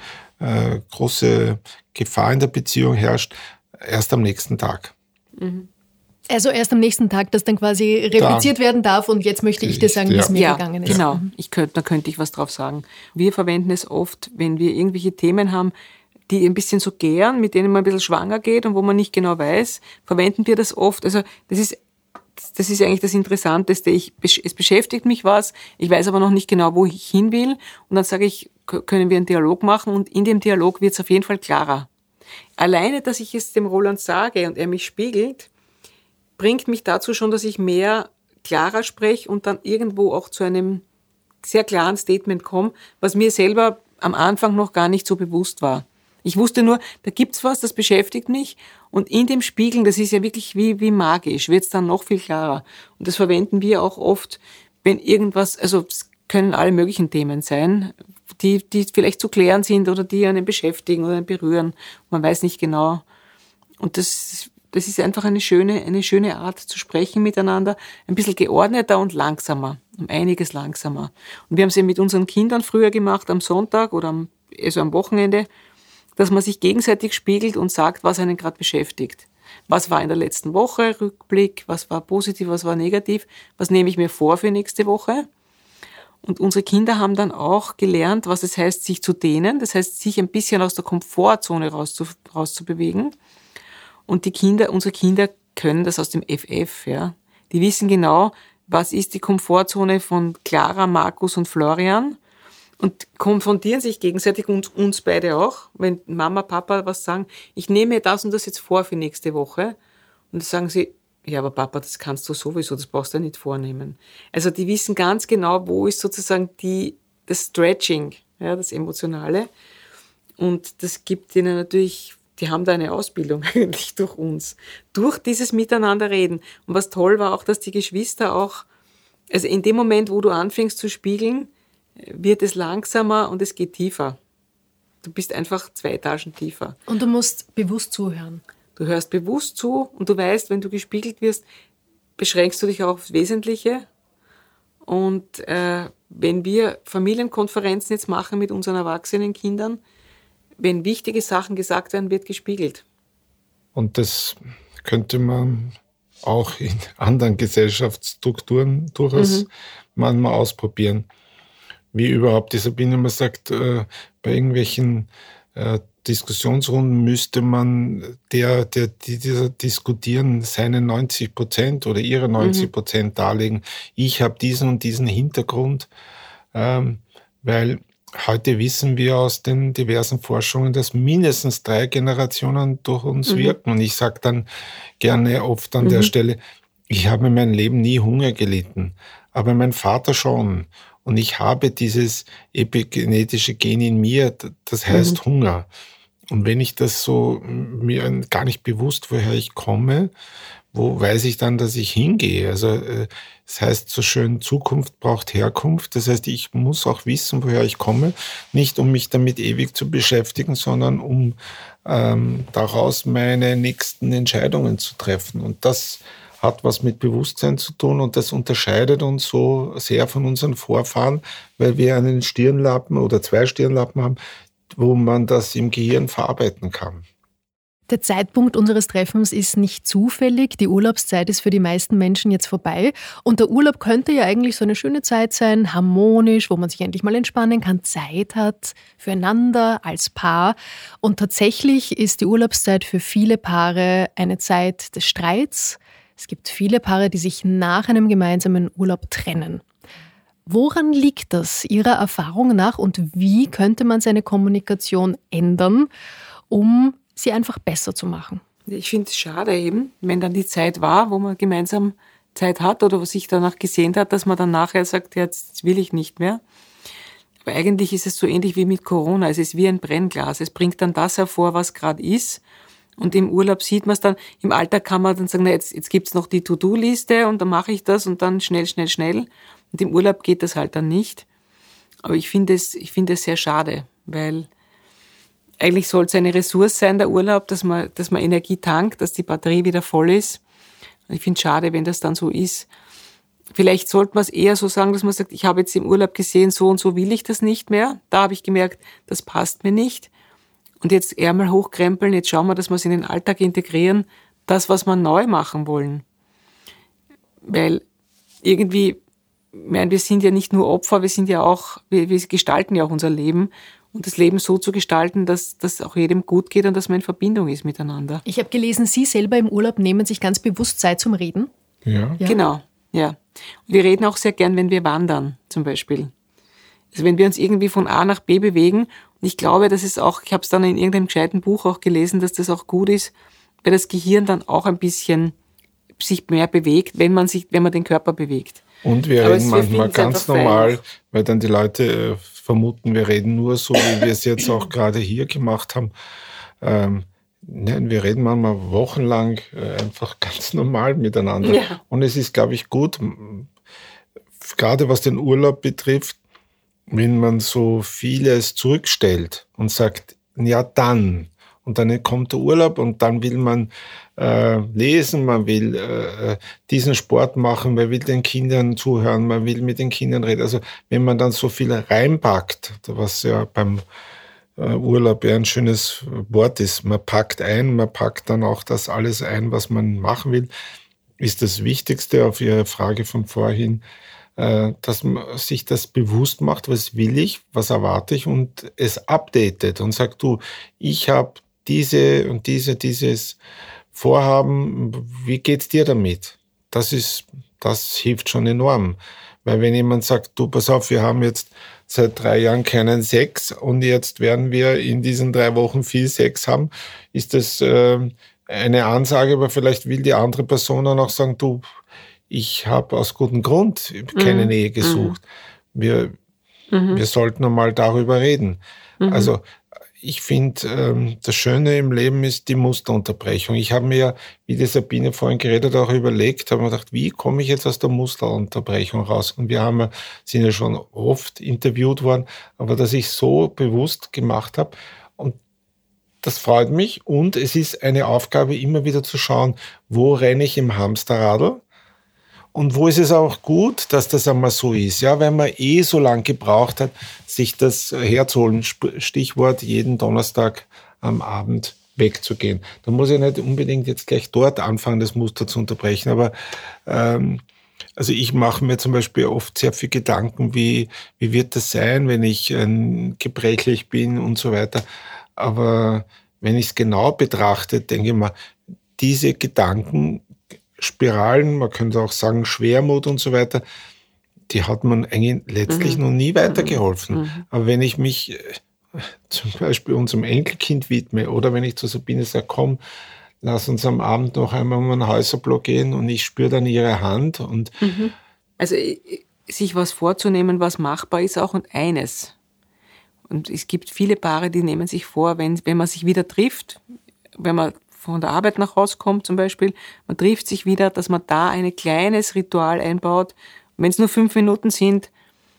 äh, große Gefahr in der Beziehung herrscht, erst am nächsten Tag. Mhm. Also erst am nächsten Tag, dass dann quasi repliziert werden darf und jetzt möchte ich dir sagen, wie es Ja. mir Ja, gegangen ist. genau. Mhm. Ich könnte, da könnte ich was drauf sagen. Wir verwenden es oft, wenn wir irgendwelche Themen haben, die ein bisschen so gären, mit denen man ein bisschen schwanger geht und wo man nicht genau weiß, verwenden wir das oft. Also das ist, das ist eigentlich das Interessanteste. Ich, es beschäftigt mich was, ich weiß aber noch nicht genau, wo ich hin will. Und dann sage ich, können wir einen Dialog machen? Und in dem Dialog wird es auf jeden Fall klarer. Alleine, dass ich es dem Roland sage und er mich spiegelt, bringt mich dazu schon, dass ich mehr klarer spreche und dann irgendwo auch zu einem sehr klaren Statement komme, was mir selber am Anfang noch gar nicht so bewusst war. Ich wusste nur, da gibt's was, das beschäftigt mich und in dem Spiegeln, das ist ja wirklich wie, wie magisch, wird's dann noch viel klarer. Und das verwenden wir auch oft, wenn irgendwas, also es können alle möglichen Themen sein, die, die vielleicht zu klären sind oder die einen beschäftigen oder einen berühren. Man weiß nicht genau. Und das, das ist einfach eine schöne, eine schöne Art zu sprechen miteinander, ein bisschen geordneter und langsamer, um einiges langsamer. Und wir haben es ja mit unseren Kindern früher gemacht, am Sonntag oder am, also am Wochenende, dass man sich gegenseitig spiegelt und sagt, was einen gerade beschäftigt. Was war in der letzten Woche, Rückblick, was war positiv, was war negativ, was nehme ich mir vor für nächste Woche. Und unsere Kinder haben dann auch gelernt, was es heißt, sich zu dehnen, das heißt, sich ein bisschen aus der Komfortzone rauszu, rauszubewegen. Und die Kinder, unsere Kinder können das aus dem F F, ja. Die wissen genau, was ist die Komfortzone von Clara, Markus und Florian und konfrontieren sich gegenseitig und uns beide auch. Wenn Mama, Papa was sagen, ich nehme mir das und das jetzt vor für nächste Woche. Und dann sagen sie, ja, aber Papa, das kannst du sowieso, das brauchst du ja nicht vornehmen. Also die wissen ganz genau, wo ist sozusagen die, das Stretching, ja, das Emotionale. Und das gibt ihnen natürlich, die haben da eine Ausbildung eigentlich durch uns, durch dieses Miteinanderreden. Und was toll war auch, dass die Geschwister auch, also in dem Moment, wo du anfängst zu spiegeln, wird es langsamer und es geht tiefer. Du bist einfach zwei Etagen tiefer. Und du musst bewusst zuhören. Du hörst bewusst zu und du weißt, wenn du gespiegelt wirst, beschränkst du dich auch aufs Wesentliche. Und äh, wenn wir Familienkonferenzen jetzt machen mit unseren erwachsenen Kindern, wenn wichtige Sachen gesagt werden, wird gespiegelt. Und das könnte man auch in anderen Gesellschaftsstrukturen durchaus mhm. manchmal ausprobieren. Wie überhaupt die Sabine immer sagt, äh, bei irgendwelchen äh, Diskussionsrunden müsste man der, der, die dieser diskutieren, seine neunzig Prozent oder ihre neunzig Prozent mhm. darlegen. Ich habe diesen und diesen Hintergrund, ähm, weil heute wissen wir aus den diversen Forschungen, dass mindestens drei Generationen durch uns mhm. wirken. Und ich sage dann gerne oft an mhm. der Stelle, ich habe in meinem Leben nie Hunger gelitten, aber mein Vater schon. Und ich habe dieses epigenetische Gen in mir, das heißt mhm. Hunger. Und wenn ich das so mir gar nicht bewusst, woher ich komme, wo weiß ich dann, dass ich hingehe? Also es das heißt so schön, Zukunft braucht Herkunft. Das heißt, ich muss auch wissen, woher ich komme. Nicht um mich damit ewig zu beschäftigen, sondern um ähm, daraus meine nächsten Entscheidungen zu treffen. Und das hat was mit Bewusstsein zu tun und das unterscheidet uns so sehr von unseren Vorfahren, weil wir einen Stirnlappen oder zwei Stirnlappen haben, wo man das im Gehirn verarbeiten kann. Der Zeitpunkt unseres Treffens ist nicht zufällig. Die Urlaubszeit ist für die meisten Menschen jetzt vorbei. Und der Urlaub könnte ja eigentlich so eine schöne Zeit sein, harmonisch, wo man sich endlich mal entspannen kann, Zeit hat füreinander als Paar. Und tatsächlich ist die Urlaubszeit für viele Paare eine Zeit des Streits. Es gibt viele Paare, die sich nach einem gemeinsamen Urlaub trennen. Woran liegt das Ihrer Erfahrung nach und wie könnte man seine Kommunikation ändern, um sie einfach besser zu machen? Ich finde es schade eben, wenn dann die Zeit war, wo man gemeinsam Zeit hat oder was sich danach gesehnt hat, dass man dann nachher sagt, ja, jetzt will ich nicht mehr. Aber eigentlich ist es so ähnlich wie mit Corona. Es ist wie ein Brennglas. Es bringt dann das hervor, was gerade ist. Und im Urlaub sieht man es dann. Im Alltag kann man dann sagen, na, jetzt, jetzt gibt's noch die To-Do-Liste und dann mache ich das und dann schnell, schnell, schnell. Und im Urlaub geht das halt dann nicht. Aber ich finde es, ich finde es sehr schade, weil eigentlich soll es eine Ressource sein, der Urlaub, dass man, dass man Energie tankt, dass die Batterie wieder voll ist. Und ich finde es schade, wenn das dann so ist. Vielleicht sollte man es eher so sagen, dass man sagt, ich habe jetzt im Urlaub gesehen, so und so will ich das nicht mehr. Da habe ich gemerkt, das passt mir nicht. Und jetzt Ärmel hochkrempeln, jetzt schauen wir, dass wir es in den Alltag integrieren, das, was wir neu machen wollen. Weil irgendwie, ich meine, wir sind ja nicht nur Opfer, wir sind ja auch, wir, wir gestalten ja auch unser Leben. Und das Leben so zu gestalten, dass das auch jedem gut geht und dass man in Verbindung ist miteinander. Ich habe gelesen, Sie selber im Urlaub nehmen sich ganz bewusst Zeit zum Reden. Ja. Ja. Genau, ja. Und wir reden auch sehr gern, wenn wir wandern, zum Beispiel. Also wenn wir uns irgendwie von A nach B bewegen. Und ich glaube, dass es auch, ich habe es dann in irgendeinem gescheiten Buch auch gelesen, dass das auch gut ist, weil das Gehirn dann auch ein bisschen sich mehr bewegt, wenn man sich, wenn man den Körper bewegt. Und wir Aber reden es- wir manchmal finden's ganz einfach normal, fein. weil dann die Leute äh, vermuten, wir reden nur so, wie wir es jetzt auch gerade hier gemacht haben. Ähm, nein, wir reden manchmal wochenlang äh, einfach ganz normal miteinander. Ja. Und es ist, glaube ich, gut, m- gerade was den Urlaub betrifft, wenn man so vieles zurückstellt und sagt, ja dann, und dann kommt der Urlaub und dann will man äh, lesen, man will äh, diesen Sport machen, man will den Kindern zuhören, man will mit den Kindern reden. Also wenn man dann so viel reinpackt, was ja beim äh, Urlaub ja ein schönes Wort ist, man packt ein, man packt dann auch das alles ein, was man machen will, ist das Wichtigste auf Ihre Frage von vorhin, äh, dass man sich das bewusst macht, was will ich, was erwarte ich und es updatet und sagt, du, ich habe diese und diese, dieses Vorhaben, wie geht's dir damit? Das ist, das hilft schon enorm. Weil wenn jemand sagt, du, pass auf, wir haben jetzt seit drei Jahren keinen Sex und jetzt werden wir in diesen drei Wochen viel Sex haben, ist das äh, eine Ansage, aber vielleicht will die andere Person dann auch sagen, du, ich habe aus gutem Grund keine Mhm. Nähe gesucht. Wir, wir sollten einmal darüber reden. Also ich finde, ähm, das Schöne im Leben ist die Musterunterbrechung. Ich habe mir ja, wie die Sabine vorhin geredet, auch überlegt, habe mir gedacht, wie komme ich jetzt aus der Musterunterbrechung raus? Und wir haben ja, sind ja schon oft interviewt worden, aber dass ich so bewusst gemacht habe und das freut mich und es ist eine Aufgabe, immer wieder zu schauen, wo renne ich im Hamsterradl und wo ist es auch gut, dass das einmal so ist, ja, weil man eh so lange gebraucht hat, sich das herzuholen, Sp- Stichwort jeden Donnerstag am Abend wegzugehen. Da muss ich nicht unbedingt jetzt gleich dort anfangen, das Muster zu unterbrechen, aber ähm, also ich mache mir zum Beispiel oft sehr viel Gedanken, wie, wie wird das sein, wenn ich ähm, gebrechlich bin und so weiter. Aber wenn ich es genau betrachte, denke ich mal, diese Gedanken, Spiralen, man könnte auch sagen Schwermut und so weiter, die hat man eigentlich letztlich noch nie weitergeholfen. Aber wenn ich mich äh, zum Beispiel unserem Enkelkind widme oder wenn ich zu Sabine sage, komm, lass uns am Abend noch einmal um einen Häuserblock gehen und ich spüre dann ihre Hand und Also äh, sich was vorzunehmen, was machbar ist auch und eines. Und es gibt viele Paare, die nehmen sich vor, wenn, wenn man sich wieder trifft, wenn man von der Arbeit nach Hause kommt zum Beispiel, man trifft sich wieder, dass man da ein kleines Ritual einbaut. Wenn es nur fünf Minuten sind,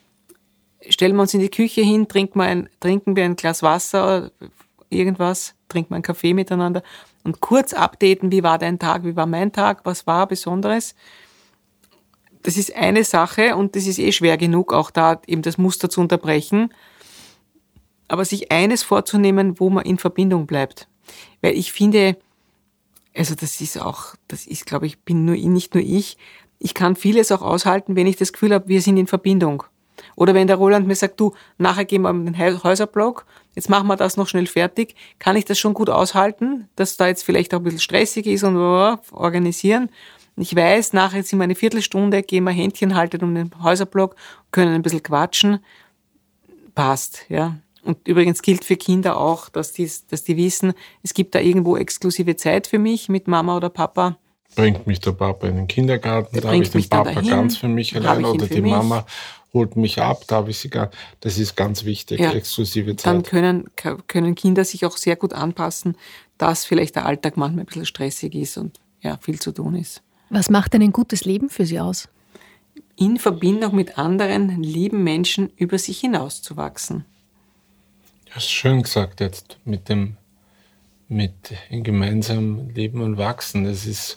stellen wir uns in die Küche hin, trinken wir ein, trinken wir ein Glas Wasser, irgendwas, trinken wir einen Kaffee miteinander und kurz updaten, wie war dein Tag, wie war mein Tag, was war Besonderes. Das ist eine Sache und das ist eh schwer genug, auch da eben das Muster zu unterbrechen. Aber sich eines vorzunehmen, wo man in Verbindung bleibt. Weil ich finde, also das ist auch, das ist, glaube ich, bin nur nicht nur ich. Ich kann vieles auch aushalten, wenn ich das Gefühl habe, wir sind in Verbindung. Oder wenn der Roland mir sagt, du, nachher gehen wir um den Häuserblock, jetzt machen wir das noch schnell fertig, kann ich das schon gut aushalten, dass da jetzt vielleicht auch ein bisschen stressig ist und oh, organisieren. Ich weiß, nachher sind wir eine Viertelstunde, gehen wir Händchen halten um den Häuserblock, können ein bisschen quatschen. Passt, ja. Und übrigens gilt für Kinder auch, dass die, dass die wissen, es gibt da irgendwo exklusive Zeit für mich mit Mama oder Papa. bringt mich der Papa in den Kindergarten, Der da habe ich bringt den mich dann Papa dahin, ganz für mich dann habe allein ich ihn oder für die mich. Mama holt mich ab, da habe ich sie gar, das ist ganz wichtig, Ja. exklusive Zeit. Dann können, können Kinder sich auch sehr gut anpassen, dass vielleicht der Alltag manchmal ein bisschen stressig ist und ja, viel zu tun ist. Was macht denn ein gutes Leben für Sie aus? in Verbindung mit anderen lieben Menschen über sich hinauszuwachsen. Das ist schön gesagt jetzt mit dem mit gemeinsam Leben und Wachsen. Das ist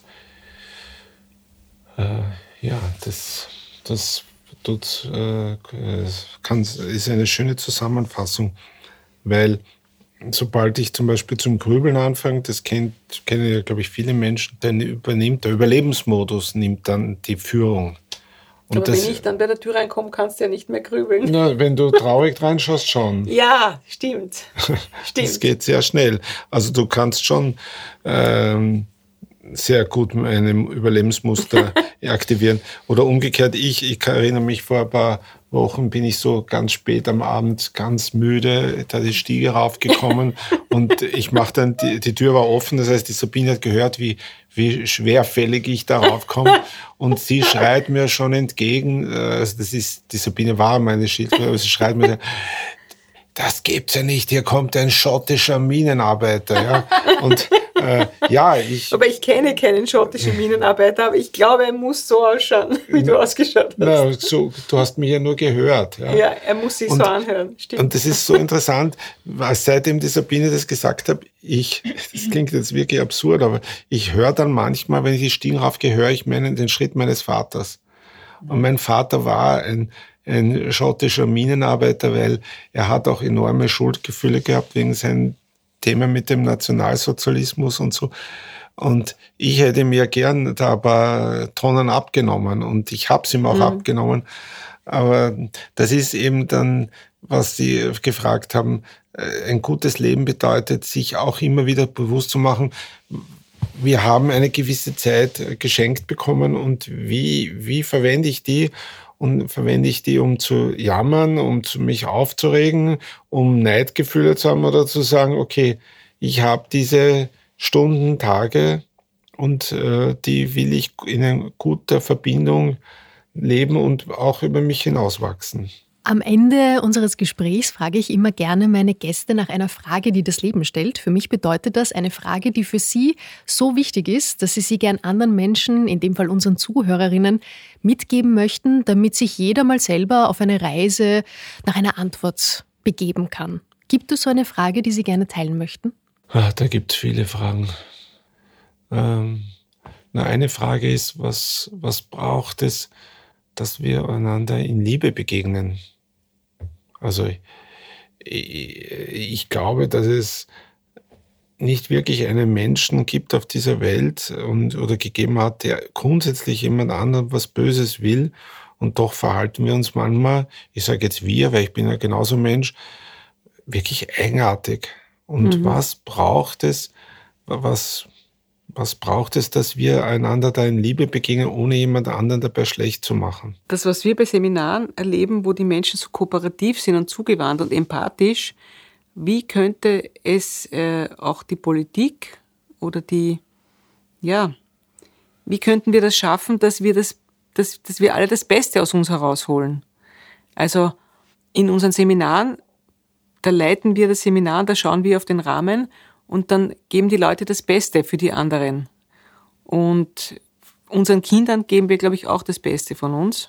äh, ja das das tut äh, kann, ist eine schöne Zusammenfassung, weil sobald ich zum Beispiel zum Grübeln anfange, das kennt, kennen ja, glaube ich, viele Menschen, dann übernimmt der Überlebensmodus nimmt dann die Führung. Und aber das, wenn ich dann bei der Tür reinkomme, kannst du ja nicht mehr grübeln. Na, wenn du traurig reinschaust, schon. Ja, stimmt. stimmt. Das geht sehr schnell. Also du kannst schon ähm, sehr gut einem Überlebensmuster aktivieren. Oder umgekehrt, ich, ich erinnere mich, vor ein paar Wochen bin ich so ganz spät am Abend ganz müde, da die Stiege raufgekommen und ich mache dann, die, die Tür war offen, das heißt, die Sabine hat gehört, wie, wie schwerfällig ich da raufkomme und sie schreit mir schon entgegen, also das ist, die Sabine war meine Schildkröte, aber sie schreit mir, das gibt's ja nicht, hier kommt ein schottischer Minenarbeiter, ja, und äh, ja, ich... Aber ich kenne keinen schottischen Minenarbeiter, aber ich glaube, er muss so ausschauen, wie du ausgeschaut hast. Na, so, du hast mich ja nur gehört. Ja, ja er muss sich und, so anhören, stimmt. Und das ist so interessant, weil seitdem die Sabine das gesagt hat, ich, das klingt jetzt wirklich absurd, aber ich höre dann manchmal, wenn ich die Stiegen raufgehe, höre ich meinen, den Schritt meines Vaters. Und mein Vater war ein, ein schottischer Minenarbeiter, weil er hat auch enorme Schuldgefühle gehabt wegen seinen Thema mit dem Nationalsozialismus und so. Und ich hätte mir gern da ein paar Tonnen abgenommen und ich habe es ihm auch mhm. abgenommen. Aber das ist eben dann, was Sie gefragt haben, ein gutes Leben bedeutet, sich auch immer wieder bewusst zu machen, wir haben eine gewisse Zeit geschenkt bekommen und wie, wie verwende ich die? Und verwende ich die, um zu jammern, um mich aufzuregen, um Neidgefühle zu haben oder zu sagen, okay, ich habe diese Stunden, Tage und äh, die will ich in einer guten Verbindung leben und auch über mich hinauswachsen. Am Ende unseres Gesprächs frage ich immer gerne meine Gäste nach einer Frage, die das Leben stellt. Für mich bedeutet das eine Frage, die für Sie so wichtig ist, dass Sie sie gern anderen Menschen, in dem Fall unseren Zuhörerinnen, mitgeben möchten, damit sich jeder mal selber auf eine Reise nach einer Antwort begeben kann. Gibt es so eine Frage, die Sie gerne teilen möchten? Ach, da gibt es viele Fragen. Ähm, na, eine Frage ist, was, was braucht es, dass wir einander in Liebe begegnen? Also ich, ich glaube, dass es nicht wirklich einen Menschen gibt auf dieser Welt und, oder gegeben hat, der grundsätzlich jemand anderem was Böses will. Und doch verhalten wir uns manchmal, ich sage jetzt wir, weil ich bin ja genauso Mensch, wirklich eigenartig. Und mhm. was braucht es, was, was braucht es, dass wir einander da in Liebe begegnen, ohne jemand anderen dabei schlecht zu machen? Das, was wir bei Seminaren erleben, wo die Menschen so kooperativ sind und zugewandt und empathisch, wie könnte es äh, auch die Politik oder die, ja, wie könnten wir das schaffen, dass wir das, dass, dass wir alle das Beste aus uns herausholen? Also in unseren Seminaren, da leiten wir das Seminar, da schauen wir auf den Rahmen und dann geben die Leute das Beste für die anderen. Und unseren Kindern geben wir, glaube ich, auch das Beste von uns.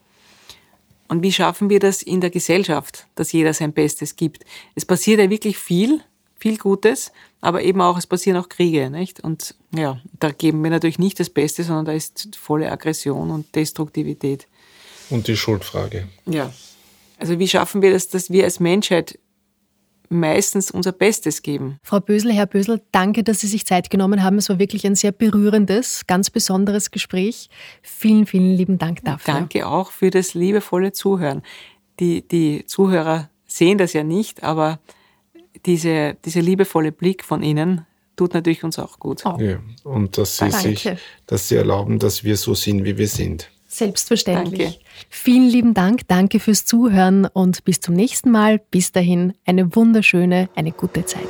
Und wie schaffen wir das in der Gesellschaft, dass jeder sein Bestes gibt? Es passiert ja wirklich viel, viel Gutes, aber eben auch, es passieren auch Kriege, nicht? Und ja, da geben wir natürlich nicht das Beste, sondern da ist volle Aggression und Destruktivität. Und die Schuldfrage. Ja. Also wie schaffen wir das, dass wir als Menschheit meistens unser Bestes geben. Frau Bösel, Herr Bösel, danke, dass Sie sich Zeit genommen haben. Es war wirklich ein sehr berührendes, ganz besonderes Gespräch. Vielen, vielen lieben Dank dafür. Danke auch für das liebevolle Zuhören. Die, die Zuhörer sehen das ja nicht, aber diese, dieser liebevolle Blick von Ihnen tut natürlich uns auch gut. Oh. Ja, und dass Sie, sich, dass Sie erlauben, dass wir so sind, wie wir sind. Selbstverständlich. Danke. Vielen lieben Dank, danke fürs Zuhören und bis zum nächsten Mal. Bis dahin eine wunderschöne, eine gute Zeit.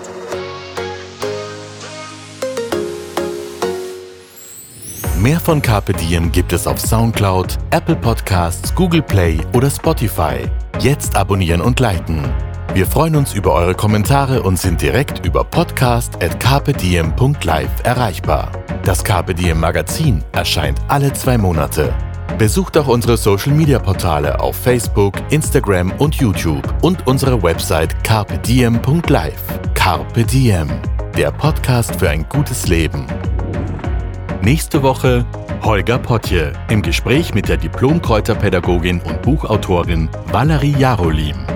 Mehr von Carpe Diem gibt es auf Soundcloud, Apple Podcasts, Google Play oder Spotify. Jetzt abonnieren und liken. Wir freuen uns über eure Kommentare und sind direkt über podcast at carpediem punkt live erreichbar. Das Carpe Diem Magazin erscheint alle zwei Monate. Besucht auch unsere Social-Media-Portale auf Facebook, Instagram und YouTube und unsere Website carpe diem punkt live. Carpe Diem, der Podcast für ein gutes Leben. Nächste Woche Holger Potje im Gespräch mit der Diplom-Kräuterpädagogin und Buchautorin Valerie Jarolím.